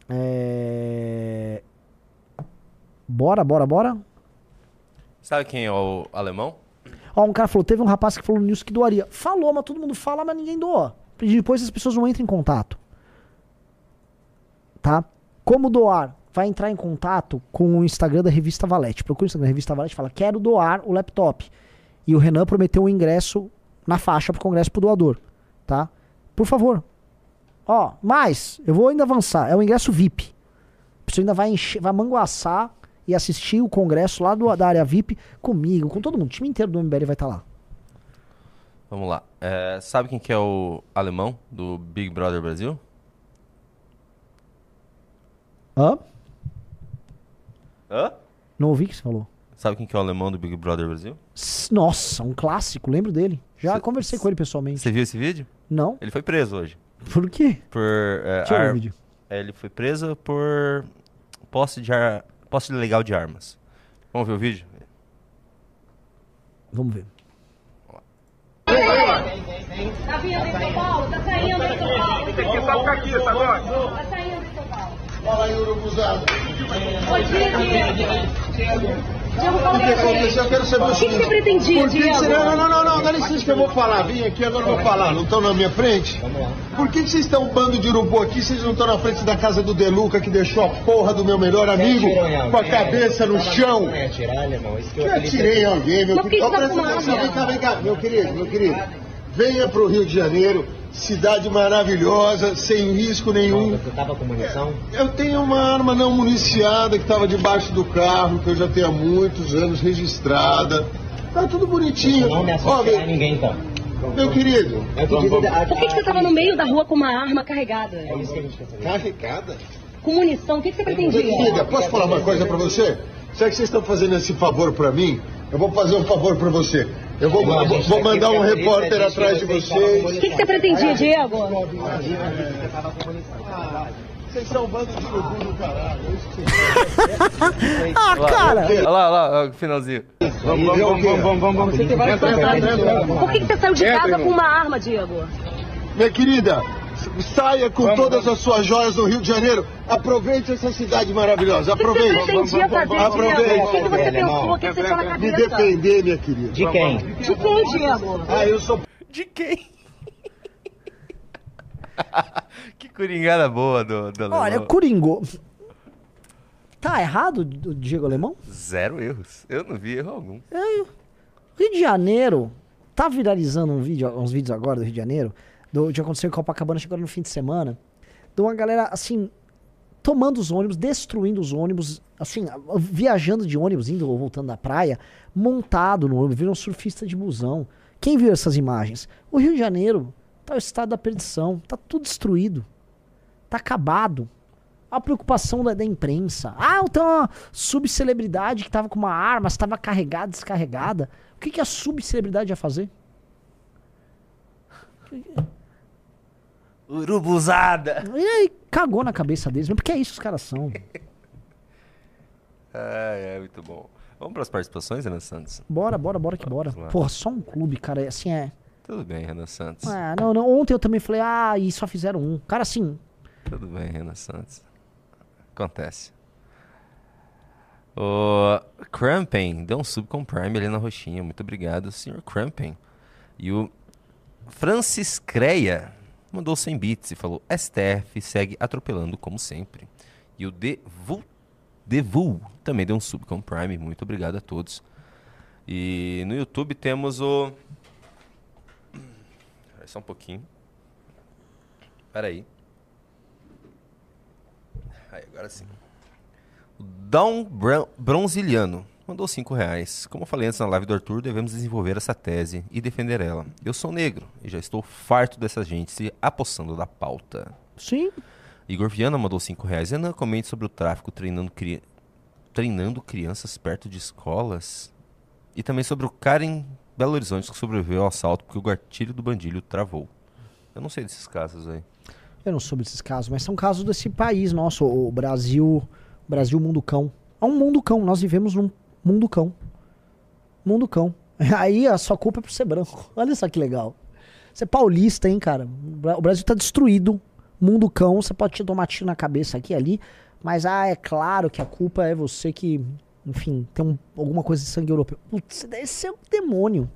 Bora. Sabe quem é o alemão? Ó, um cara falou, teve um rapaz que falou no News que doaria. Falou, mas todo mundo fala, mas ninguém doa. E depois as pessoas não entram em contato. Tá? Como doar? Vai entrar em contato com o Instagram da Revista Valete. Procura o Instagram da Revista Valete e fala, quero doar o laptop. E o Renan prometeu um ingresso na faixa pro Congresso pro doador. Tá? Por favor. Ó, mas, eu vou ainda avançar. É o ingresso VIP. A pessoa ainda vai manguaçar e assistir o congresso lá da área VIP comigo, com todo mundo. O time inteiro do MBL vai estar lá. Vamos lá. Sabe quem que é o alemão do Big Brother Brasil? Hã? Hã? Não ouvi o que você falou. Sabe quem que é o alemão do Big Brother Brasil? Nossa, um clássico, lembro dele. Já conversei com ele pessoalmente. Você viu esse vídeo? Não. Ele foi preso hoje. Por quê? Deixa eu ver o vídeo. Ele foi preso por posse ilegal de armas. Vamos ver o vídeo? Vamos ver. Tá vindo em São Paulo? Tá saindo em São Paulo? Tem que estar aqui, tá bom? Tá saindo em São Paulo. Fala aí, urubuzada. Bom dia, Diego. O que aconteceu? Eu quero saber o seguinte. O que você pretendia, Diego? Não, dá licença que eu vou falar. Vim aqui, agora eu vou falar. Não estão na minha frente? Por que vocês estão um bando de urubu aqui? Vocês não estão na frente da casa do Deluca, que deixou a porra do meu melhor amigo com a cabeça no chão? Eu atirei em alguém, meu querido. Vem cá, meu querido. Venha pro Rio de Janeiro. Cidade maravilhosa, sem risco nenhum. Você estava com munição? Eu tenho uma arma não municiada que estava debaixo do carro, que eu já tenho há muitos anos registrada. Tá tudo bonitinho. Não ameaça ninguém, então. Meu querido. Por que você estava no meio da rua com uma arma carregada? É isso que a gente quer saber. Carregada? Com munição, o que você pretendia? Querida, posso falar uma coisa pra você? Será que vocês estão fazendo esse favor pra mim? Eu vou fazer um favor pra você. Eu vou mandar um repórter atrás de vocês. O que você pretendia, Diego? Vocês são um bando de urubu do caralho. Cara! Olha lá, o finalzinho. Vamos. Por que você saiu de casa com uma arma, Diego? Minha querida, saia com todas as suas joias do Rio de Janeiro. Aproveite essa cidade maravilhosa. Aproveite. O que você pretendia fazer, Diego? O que você pensou? O que você pensou na cabeça? Me defender, minha querida. De quem? De quem, Diego? Eu sou... De quem? Que coringada boa do Alemão. Olha, coringou. Tá errado o Diego Alemão? 0 erros. Eu não vi erro algum. Rio de Janeiro, tá viralizando uns vídeos agora do Rio de Janeiro, de acontecer em Copacabana, chegou no fim de semana, de uma galera, assim, tomando os ônibus, destruindo os ônibus, assim, viajando de ônibus, indo ou voltando da praia, montado no ônibus, viram surfista de busão. Quem viu essas imagens? O Rio de Janeiro tá o estado da perdição, tá tudo destruído, tá acabado. A preocupação da imprensa. Então uma subcelebridade que tava com uma arma, estava carregada, descarregada. O que a subcelebridade ia fazer? Urubuzada! E aí, cagou na cabeça deles, mas porque é isso que os caras são. Muito bom. Vamos para as participações, Renan Santos? Bora que bora. Porra, só um clube, cara, assim é... Tudo bem, Renan Santos. Não, ontem eu também falei, e só fizeram um. Cara, assim... Tudo bem, Renan Santos. Acontece. O Crampen deu um sub com Prime ali na roxinha. Muito obrigado, Sr. Crampen. E o Francis Creia mandou 100 bits e falou: STF segue atropelando como sempre. E o Devul também deu um sub com Prime. Muito obrigado a todos. E no YouTube temos o... Só um pouquinho. Peraí. Aí, agora sim. O Down Bronziliano mandou R$5. Como eu falei antes na live do Arthur, devemos desenvolver essa tese e defender ela. Eu sou negro e já estou farto dessa gente se apossando da pauta. Sim. Igor Viana mandou R$5. Renan, comente sobre o tráfico treinando crianças perto de escolas. E também sobre o cara em Belo Horizonte que sobreviveu ao assalto porque o gatilho do bandilho travou. Eu não sei desses casos aí. Eu não soube desses casos, mas são casos desse país nosso, o Brasil mundo cão. É um mundo cão, nós vivemos num mundo cão. Mundo cão. Aí a sua culpa é por ser branco. Olha só que legal. Você é paulista, hein, cara? O Brasil tá destruído. Mundo cão, você pode te tomar tiro na cabeça aqui e ali, mas é claro que a culpa é você que, enfim, tem alguma coisa de sangue europeu. Putz, você deve ser um demônio.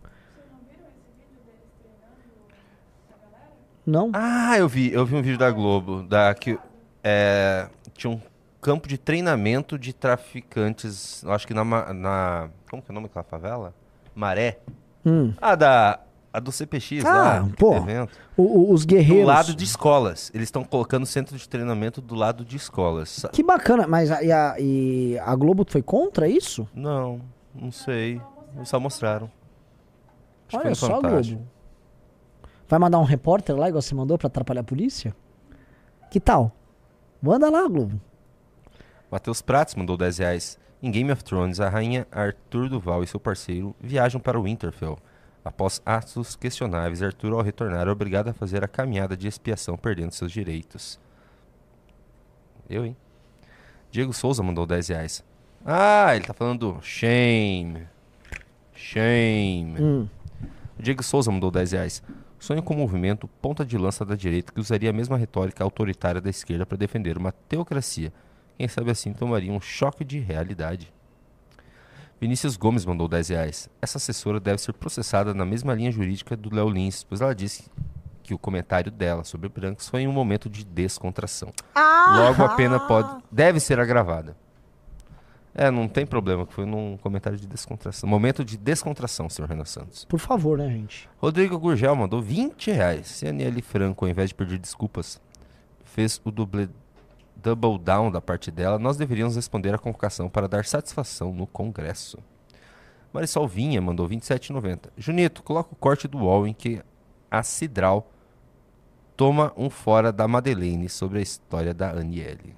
Não? Ah, eu vi um vídeo da Globo, que tinha um campo de treinamento de traficantes, eu acho que como que é o nome daquela favela? Maré. A do CPX lá, pô, evento. Os guerreiros. Do lado de escolas. Eles estão colocando o centro de treinamento do lado de escolas. Que bacana, mas a Globo foi contra isso? Não sei. Eles só mostraram. Acho Olha só, Globo. Vai mandar um repórter lá, igual você mandou, pra atrapalhar a polícia? Que tal? Manda lá, Globo. Matheus Prates mandou R$10. Em Game of Thrones, a rainha Arthur Duval e seu parceiro viajam para o Winterfell. Após atos questionáveis, Arthur, ao retornar, é obrigado a fazer a caminhada de expiação, perdendo seus direitos. Hein? Diego Souza mandou R$10. Ele tá falando do Shame. O Diego Souza mandou R$10. Sonho com um movimento ponta de lança da direita que usaria a mesma retórica autoritária da esquerda para defender uma teocracia. Quem sabe assim tomaria um choque de realidade. Vinícius Gomes mandou R$10. Essa assessora deve ser processada na mesma linha jurídica do Léo Lins, pois ela disse que o comentário dela sobre brancos foi em um momento de descontração. Logo, a pena deve ser agravada. Não tem problema, que foi num comentário de descontração. Momento de descontração, senhor Renan Santos. Por favor, né, gente? Rodrigo Gurgel mandou R$20. Se a Aniele Franco, ao invés de pedir desculpas, fez o double down da parte dela, nós deveríamos responder à convocação para dar satisfação no Congresso. Marisol Vinha mandou R$27,90. Junito, coloca o corte do UOL em que a Cidral toma um fora da Madeleine sobre a história da Aniele.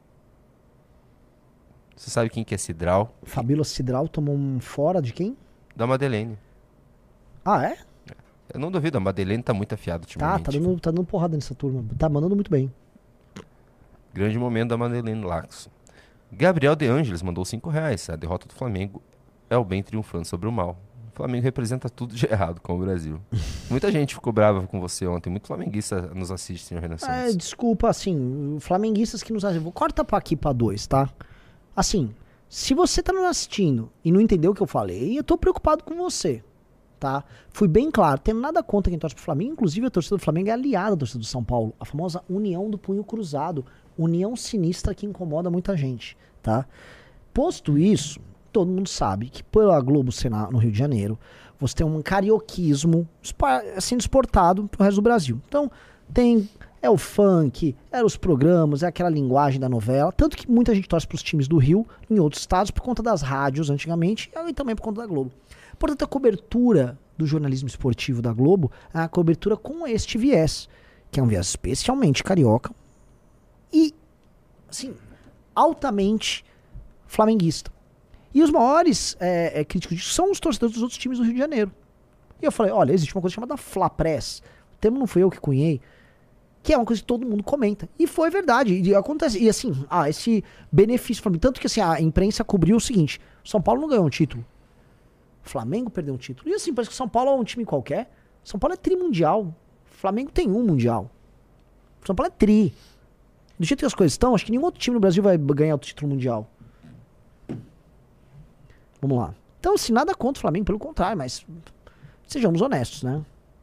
Você sabe quem que é Cidral? Fabíola Cidral tomou um fora de quem? Da Madeleine. É? Eu não duvido, a Madeleine tá muito afiada ultimamente. Tá dando porrada nessa turma. Tá mandando muito bem. Grande momento da Madeleine Laxo. Gabriel De Angelis mandou R$5. A derrota do Flamengo é o bem triunfando sobre o mal. O Flamengo representa tudo de errado com o Brasil. Muita gente ficou brava com você ontem. Muito flamenguista nos assiste, senhor Renan Santos. Desculpa, assim, flamenguistas que nos assistem. Corta aqui pra 2, tá? Assim, se você tá nos assistindo e não entendeu o que eu falei, eu tô preocupado com você, tá? Fui bem claro, tendo nada contra quem torce pro Flamengo, inclusive a torcida do Flamengo é aliada da torcida do São Paulo, a famosa união do punho cruzado, união sinistra que incomoda muita gente, tá? Posto isso, todo mundo sabe que pela Globo ser no Rio de Janeiro, você tem um carioquismo sendo exportado pro resto do Brasil. Então, é o funk, os programas, é aquela linguagem da novela. Tanto que muita gente torce pros times do Rio, em outros estados, por conta das rádios antigamente, e também por conta da Globo. Portanto, a cobertura do jornalismo esportivo da Globo é uma cobertura com este viés, que é um viés especialmente carioca e, assim, altamente flamenguista. E os maiores críticos disso são os torcedores dos outros times do Rio de Janeiro. E eu falei, olha, existe uma coisa chamada Flapress. O termo não fui eu que cunhei, que é uma coisa que todo mundo comenta. E foi verdade. E acontece. E assim, esse benefício para mim. Tanto que assim, a imprensa cobriu o seguinte: São Paulo não ganhou um título. O Flamengo perdeu um título. E assim, parece que São Paulo é um time qualquer. São Paulo é trimundial. O Flamengo tem um mundial. São Paulo é tri. Do jeito que as coisas estão, acho que nenhum outro time no Brasil vai ganhar o título mundial. Vamos lá. Então, assim, nada contra o Flamengo, pelo contrário, mas Sejamos honestos, né?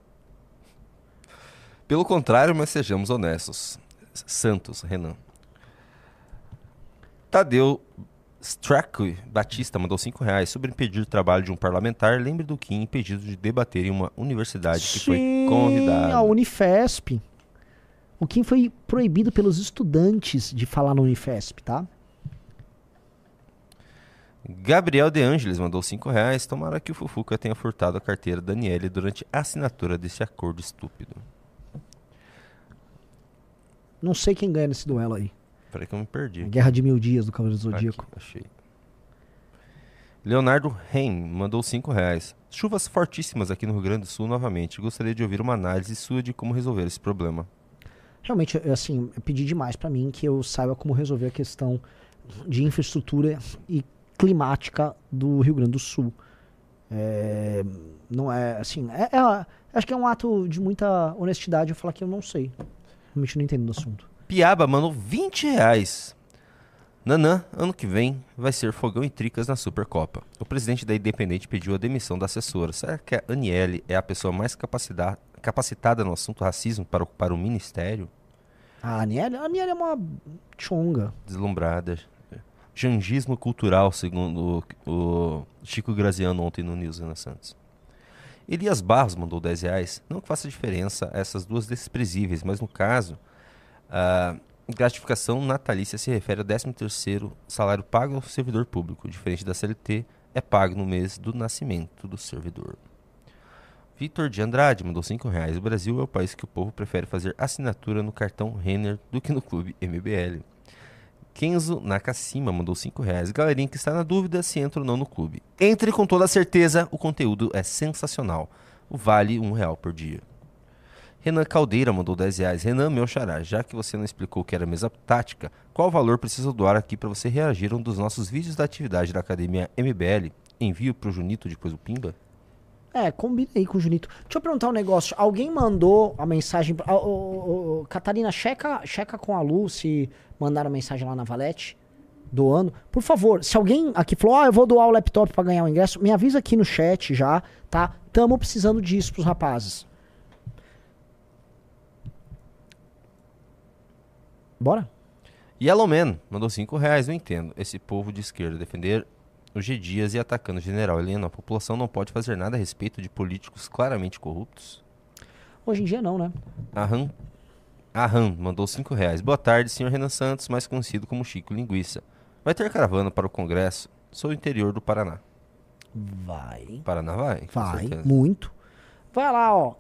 Pelo contrário, mas sejamos honestos. Santos, Renan. Tadeu Stracke Batista mandou R$5 sobre impedir o trabalho de um parlamentar. Lembre do Kim impedido de debater em uma universidade que foi convidado. A Unifesp. O Kim foi proibido pelos estudantes de falar na Unifesp, tá? Gabriel De Angelis mandou R$5. Tomara que o Fufuca tenha furtado a carteira da Daniele durante a assinatura desse acordo estúpido. Não sei quem ganha nesse duelo aí. Peraí que eu me perdi. A Guerra de 1000 Dias do Cavaleiro do Zodíaco. Aqui, achei. Leonardo Reim mandou R$5. Chuvas fortíssimas aqui no Rio Grande do Sul novamente. Gostaria de ouvir uma análise sua de como resolver esse problema. Realmente, assim, eu pedi demais pra mim que eu saiba como resolver a questão de infraestrutura e climática do Rio Grande do Sul. Não é, assim, acho que é um ato de muita honestidade eu falar que eu não sei. Realmente não entendo do assunto. Piaba mandou R$20. Nanã, ano que vem, vai ser fogão e tricas na Supercopa. O presidente da Independente pediu a demissão da assessora. Será que a Aniele é a pessoa mais capacitada no assunto racismo para ocupar o ministério? A Aniele é uma chonga. Deslumbrada. Jangismo cultural, segundo o Chico Graziano ontem no News Ana Santos. Elias Barros mandou R$10. Não que faça diferença essas duas desprezíveis, mas no caso, a gratificação natalícia se refere ao 13º salário pago ao servidor público. Diferente da CLT, é pago no mês do nascimento do servidor. Vitor de Andrade mandou R$5. O Brasil é o país que o povo prefere fazer assinatura no cartão Renner do que no clube MBL. Kenzo Nakashima mandou R$5. Galerinha que está na dúvida se entra ou não no clube. Entre com toda certeza, o conteúdo é sensacional. O vale R$1 por dia. Renan Caldeira mandou R$10. Renan, meu xará, já que você não explicou o que era mesa tática, qual valor preciso doar aqui para você reagir a um dos nossos vídeos da atividade da Academia MBL? Envio pro Junito depois do Pimba? Combina aí com o Junito. Deixa eu perguntar um negócio. Alguém mandou a mensagem... Catarina, checa com a Lu se mandaram mensagem lá na Valete, doando. Por favor, se alguém aqui falou, eu vou doar o laptop pra ganhar o ingresso, me avisa aqui no chat já, tá? Tamo precisando disso pros rapazes. Bora? Yellowman mandou R$5. Não entendo. Esse povo de esquerda defender o G. Dias e atacando o general Heleno. A população não pode fazer nada a respeito de políticos claramente corruptos? Hoje em dia não, né? Arran mandou R$5. Boa tarde, senhor Renan Santos, mais conhecido como Chico Linguiça. Vai ter caravana para o Congresso? Sou do interior do Paraná. Vai. Paraná vai? Vai, muito. Vai lá, ó,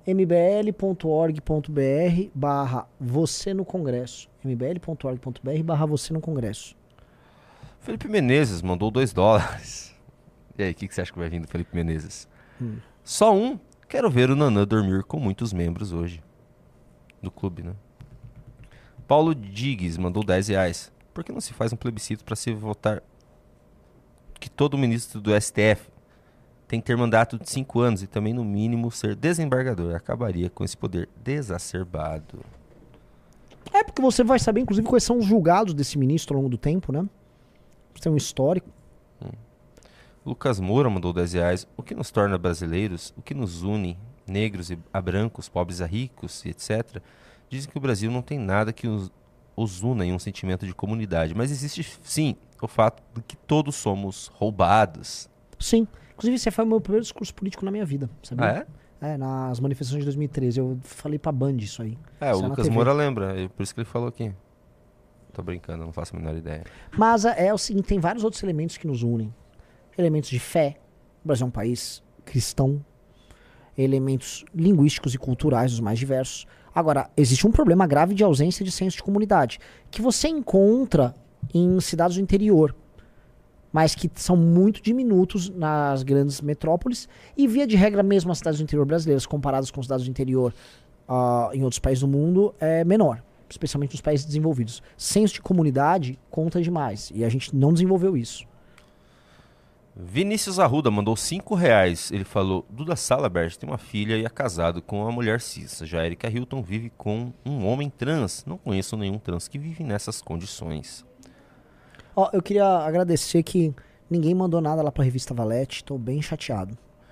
mbl.org.br/você no Congresso. mbl.org.br/você no Congresso. Felipe Menezes mandou $2. E aí, o que você acha que vai vir do Felipe Menezes? Só um. Quero ver o Nanã dormir com muitos membros hoje. Do clube, né? Paulo Diggs mandou R$10. Por que não se faz um plebiscito para se votar que todo ministro do STF tem que ter mandato de 5 anos e também, no mínimo, ser desembargador? Acabaria com esse poder desacerbado. Porque você vai saber, inclusive, quais são os julgados desse ministro ao longo do tempo, né? Você tem um histórico. Lucas Moura mandou R$10. O que nos torna brasileiros? O que nos une, negros a brancos, pobres a ricos e etc. Dizem que o Brasil não tem nada que os una em um sentimento de comunidade. Mas existe, sim, o fato de que todos somos roubados. Sim. Inclusive, esse foi o meu primeiro discurso político na minha vida, sabia? Ah, é? Nas manifestações de 2013. Eu falei pra Band isso aí. O Lucas Moura lembra. Por isso que ele falou aqui. Tô brincando, não faço a menor ideia. Mas é o seguinte, tem vários outros elementos que nos unem. Elementos de fé. O Brasil é um país cristão. Elementos linguísticos e culturais os mais diversos. Agora, existe um problema grave de ausência de senso de comunidade, que você encontra em cidades do interior, mas que são muito diminutos nas grandes metrópoles, e via de regra mesmo as cidades do interior brasileiras, comparadas com cidades do interior em outros países do mundo, é menor, especialmente nos países desenvolvidos. Senso de comunidade conta demais, e a gente não desenvolveu isso. Vinícius Arruda mandou R$5. Ele falou: Duda Salabert tem uma filha e é casado com uma mulher cis. Já Erika Hilton vive com um homem trans. Não conheço nenhum trans que vive nessas condições. Eu queria agradecer que ninguém mandou nada lá pra revista Valete. Tô bem chateado.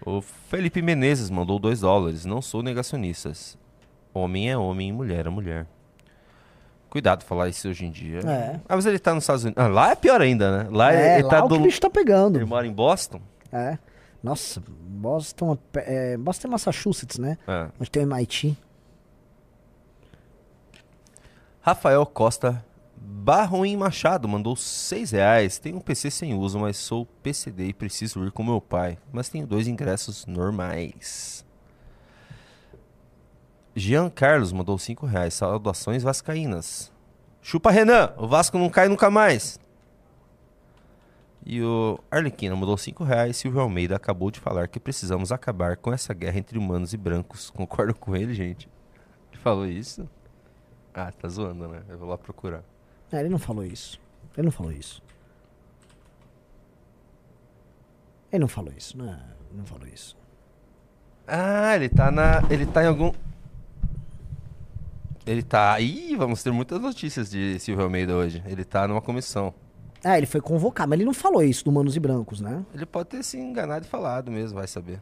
O Felipe Menezes mandou $2. Não sou negacionistas. Homem é homem e mulher é mulher. Cuidado falar isso hoje em dia. Ah, mas ele tá nos Estados Unidos. Ah, lá é pior ainda, né? Lá ele lá tá o que o bicho tá pegando. Ele mora em Boston? Nossa, Boston é Massachusetts, né? Onde tem o MIT. Rafael Costa Barroim Machado mandou R$6. Tenho um PC sem uso, mas sou PCD e preciso ir com meu pai. Mas tenho 2 ingressos normais. Jean Carlos mandou R$5. Saudações vascaínas. Chupa Renan, o Vasco não cai nunca mais. E o Arlequina mandou R$5. Silvio Almeida acabou de falar que precisamos acabar com essa guerra entre humanos e brancos. Concordo com ele, gente? Ele falou isso? Ah, tá zoando, né? Eu vou lá procurar. Ele não falou isso. Ele não falou isso. Ele não falou isso, né? Ele não falou isso. Ah, ele tá em algum... Ele tá... Ih, vamos ter muitas notícias de Silvio Almeida hoje. Ele tá numa comissão. Ele foi convocado, mas ele não falou isso do Humanos e Brancos, né? Ele pode ter se enganado e falado mesmo, vai saber.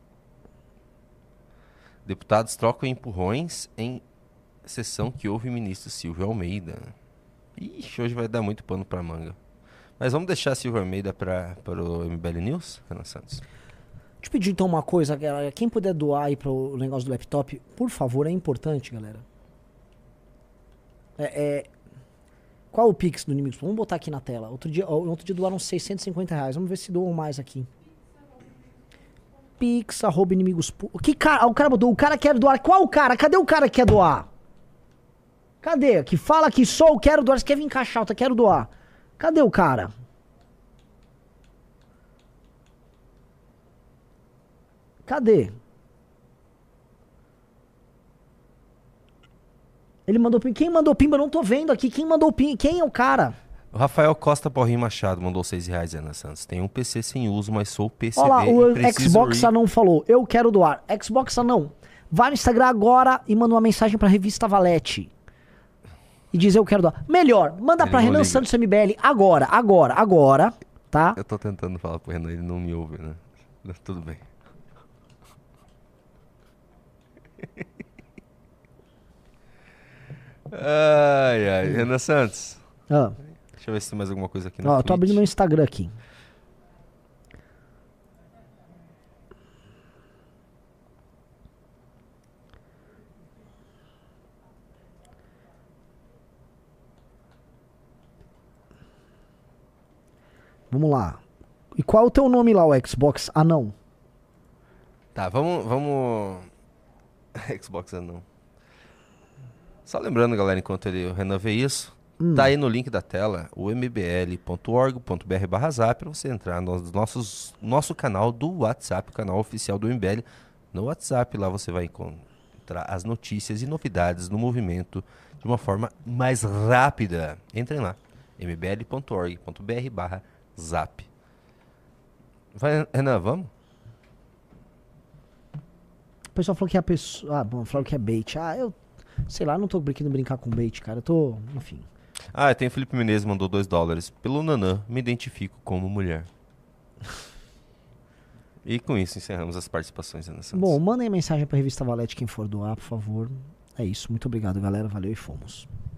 Deputados trocam empurrões em sessão que houve ministro Silvio Almeida. Ixi, hoje vai dar muito pano pra manga. Mas vamos deixar Silvio Almeida para o MBL News, Renan Santos? Deixa eu pedir então uma coisa, galera. Quem puder doar aí pro negócio do laptop, por favor, é importante, galera. Qual o Pix do Inimigos? Vamos botar aqui na tela. Outro dia doaram R$650. Vamos ver se doam mais aqui. Pix, @inimigos. O cara botou, o cara quer doar. Qual o cara? Cadê o cara que quer doar? Cadê? Que fala que sou, quero doar. Você quer vir encaixar, eu quero doar. Cadê o cara? Cadê? Ele mandou pimba. Quem mandou pimba? Eu não tô vendo aqui. Quem mandou pimba? Quem é o cara? O Rafael Costa Porrim Machado mandou R$6, Renan Santos. Tem um PC sem uso, mas sou PCD. Olha lá, o Xbox Anão falou. Eu quero doar. Xbox Anão, vai no Instagram agora e manda uma mensagem pra Revista Valete. E diz eu quero doar. Melhor, manda pra Renan Santos MBL agora, tá? Eu tô tentando falar pro Renan, ele não me ouve, né? Tudo bem. Ai, Renan Santos. Deixa eu ver se tem mais alguma coisa aqui no eu tô abrindo meu Instagram aqui. Vamos lá. E qual é o teu nome lá, o Xbox Anão? Tá, vamos... Xbox Anão. Só lembrando, galera, enquanto o Renan vê isso, tá aí no link da tela, o mbl.org.br/zap, pra você entrar no nosso canal do WhatsApp, o canal oficial do MBL. No WhatsApp, lá você vai encontrar as notícias e novidades do movimento de uma forma mais rápida. Entrem lá, mbl.org.br/zap. Vai, Renan, vamos? O pessoal falou que é a pessoa... falaram que é bait. Eu... Sei lá, não tô querendo brincar com bait, cara. Eu tô... Enfim. Tem o Felipe Menezes, mandou $2. Pelo Nanã, me identifico como mulher. E com isso encerramos as participações, Renan Santos. Bom, mandem mensagem pra Revista Valete quem for doar, por favor. É isso. Muito obrigado, galera. Valeu e fomos.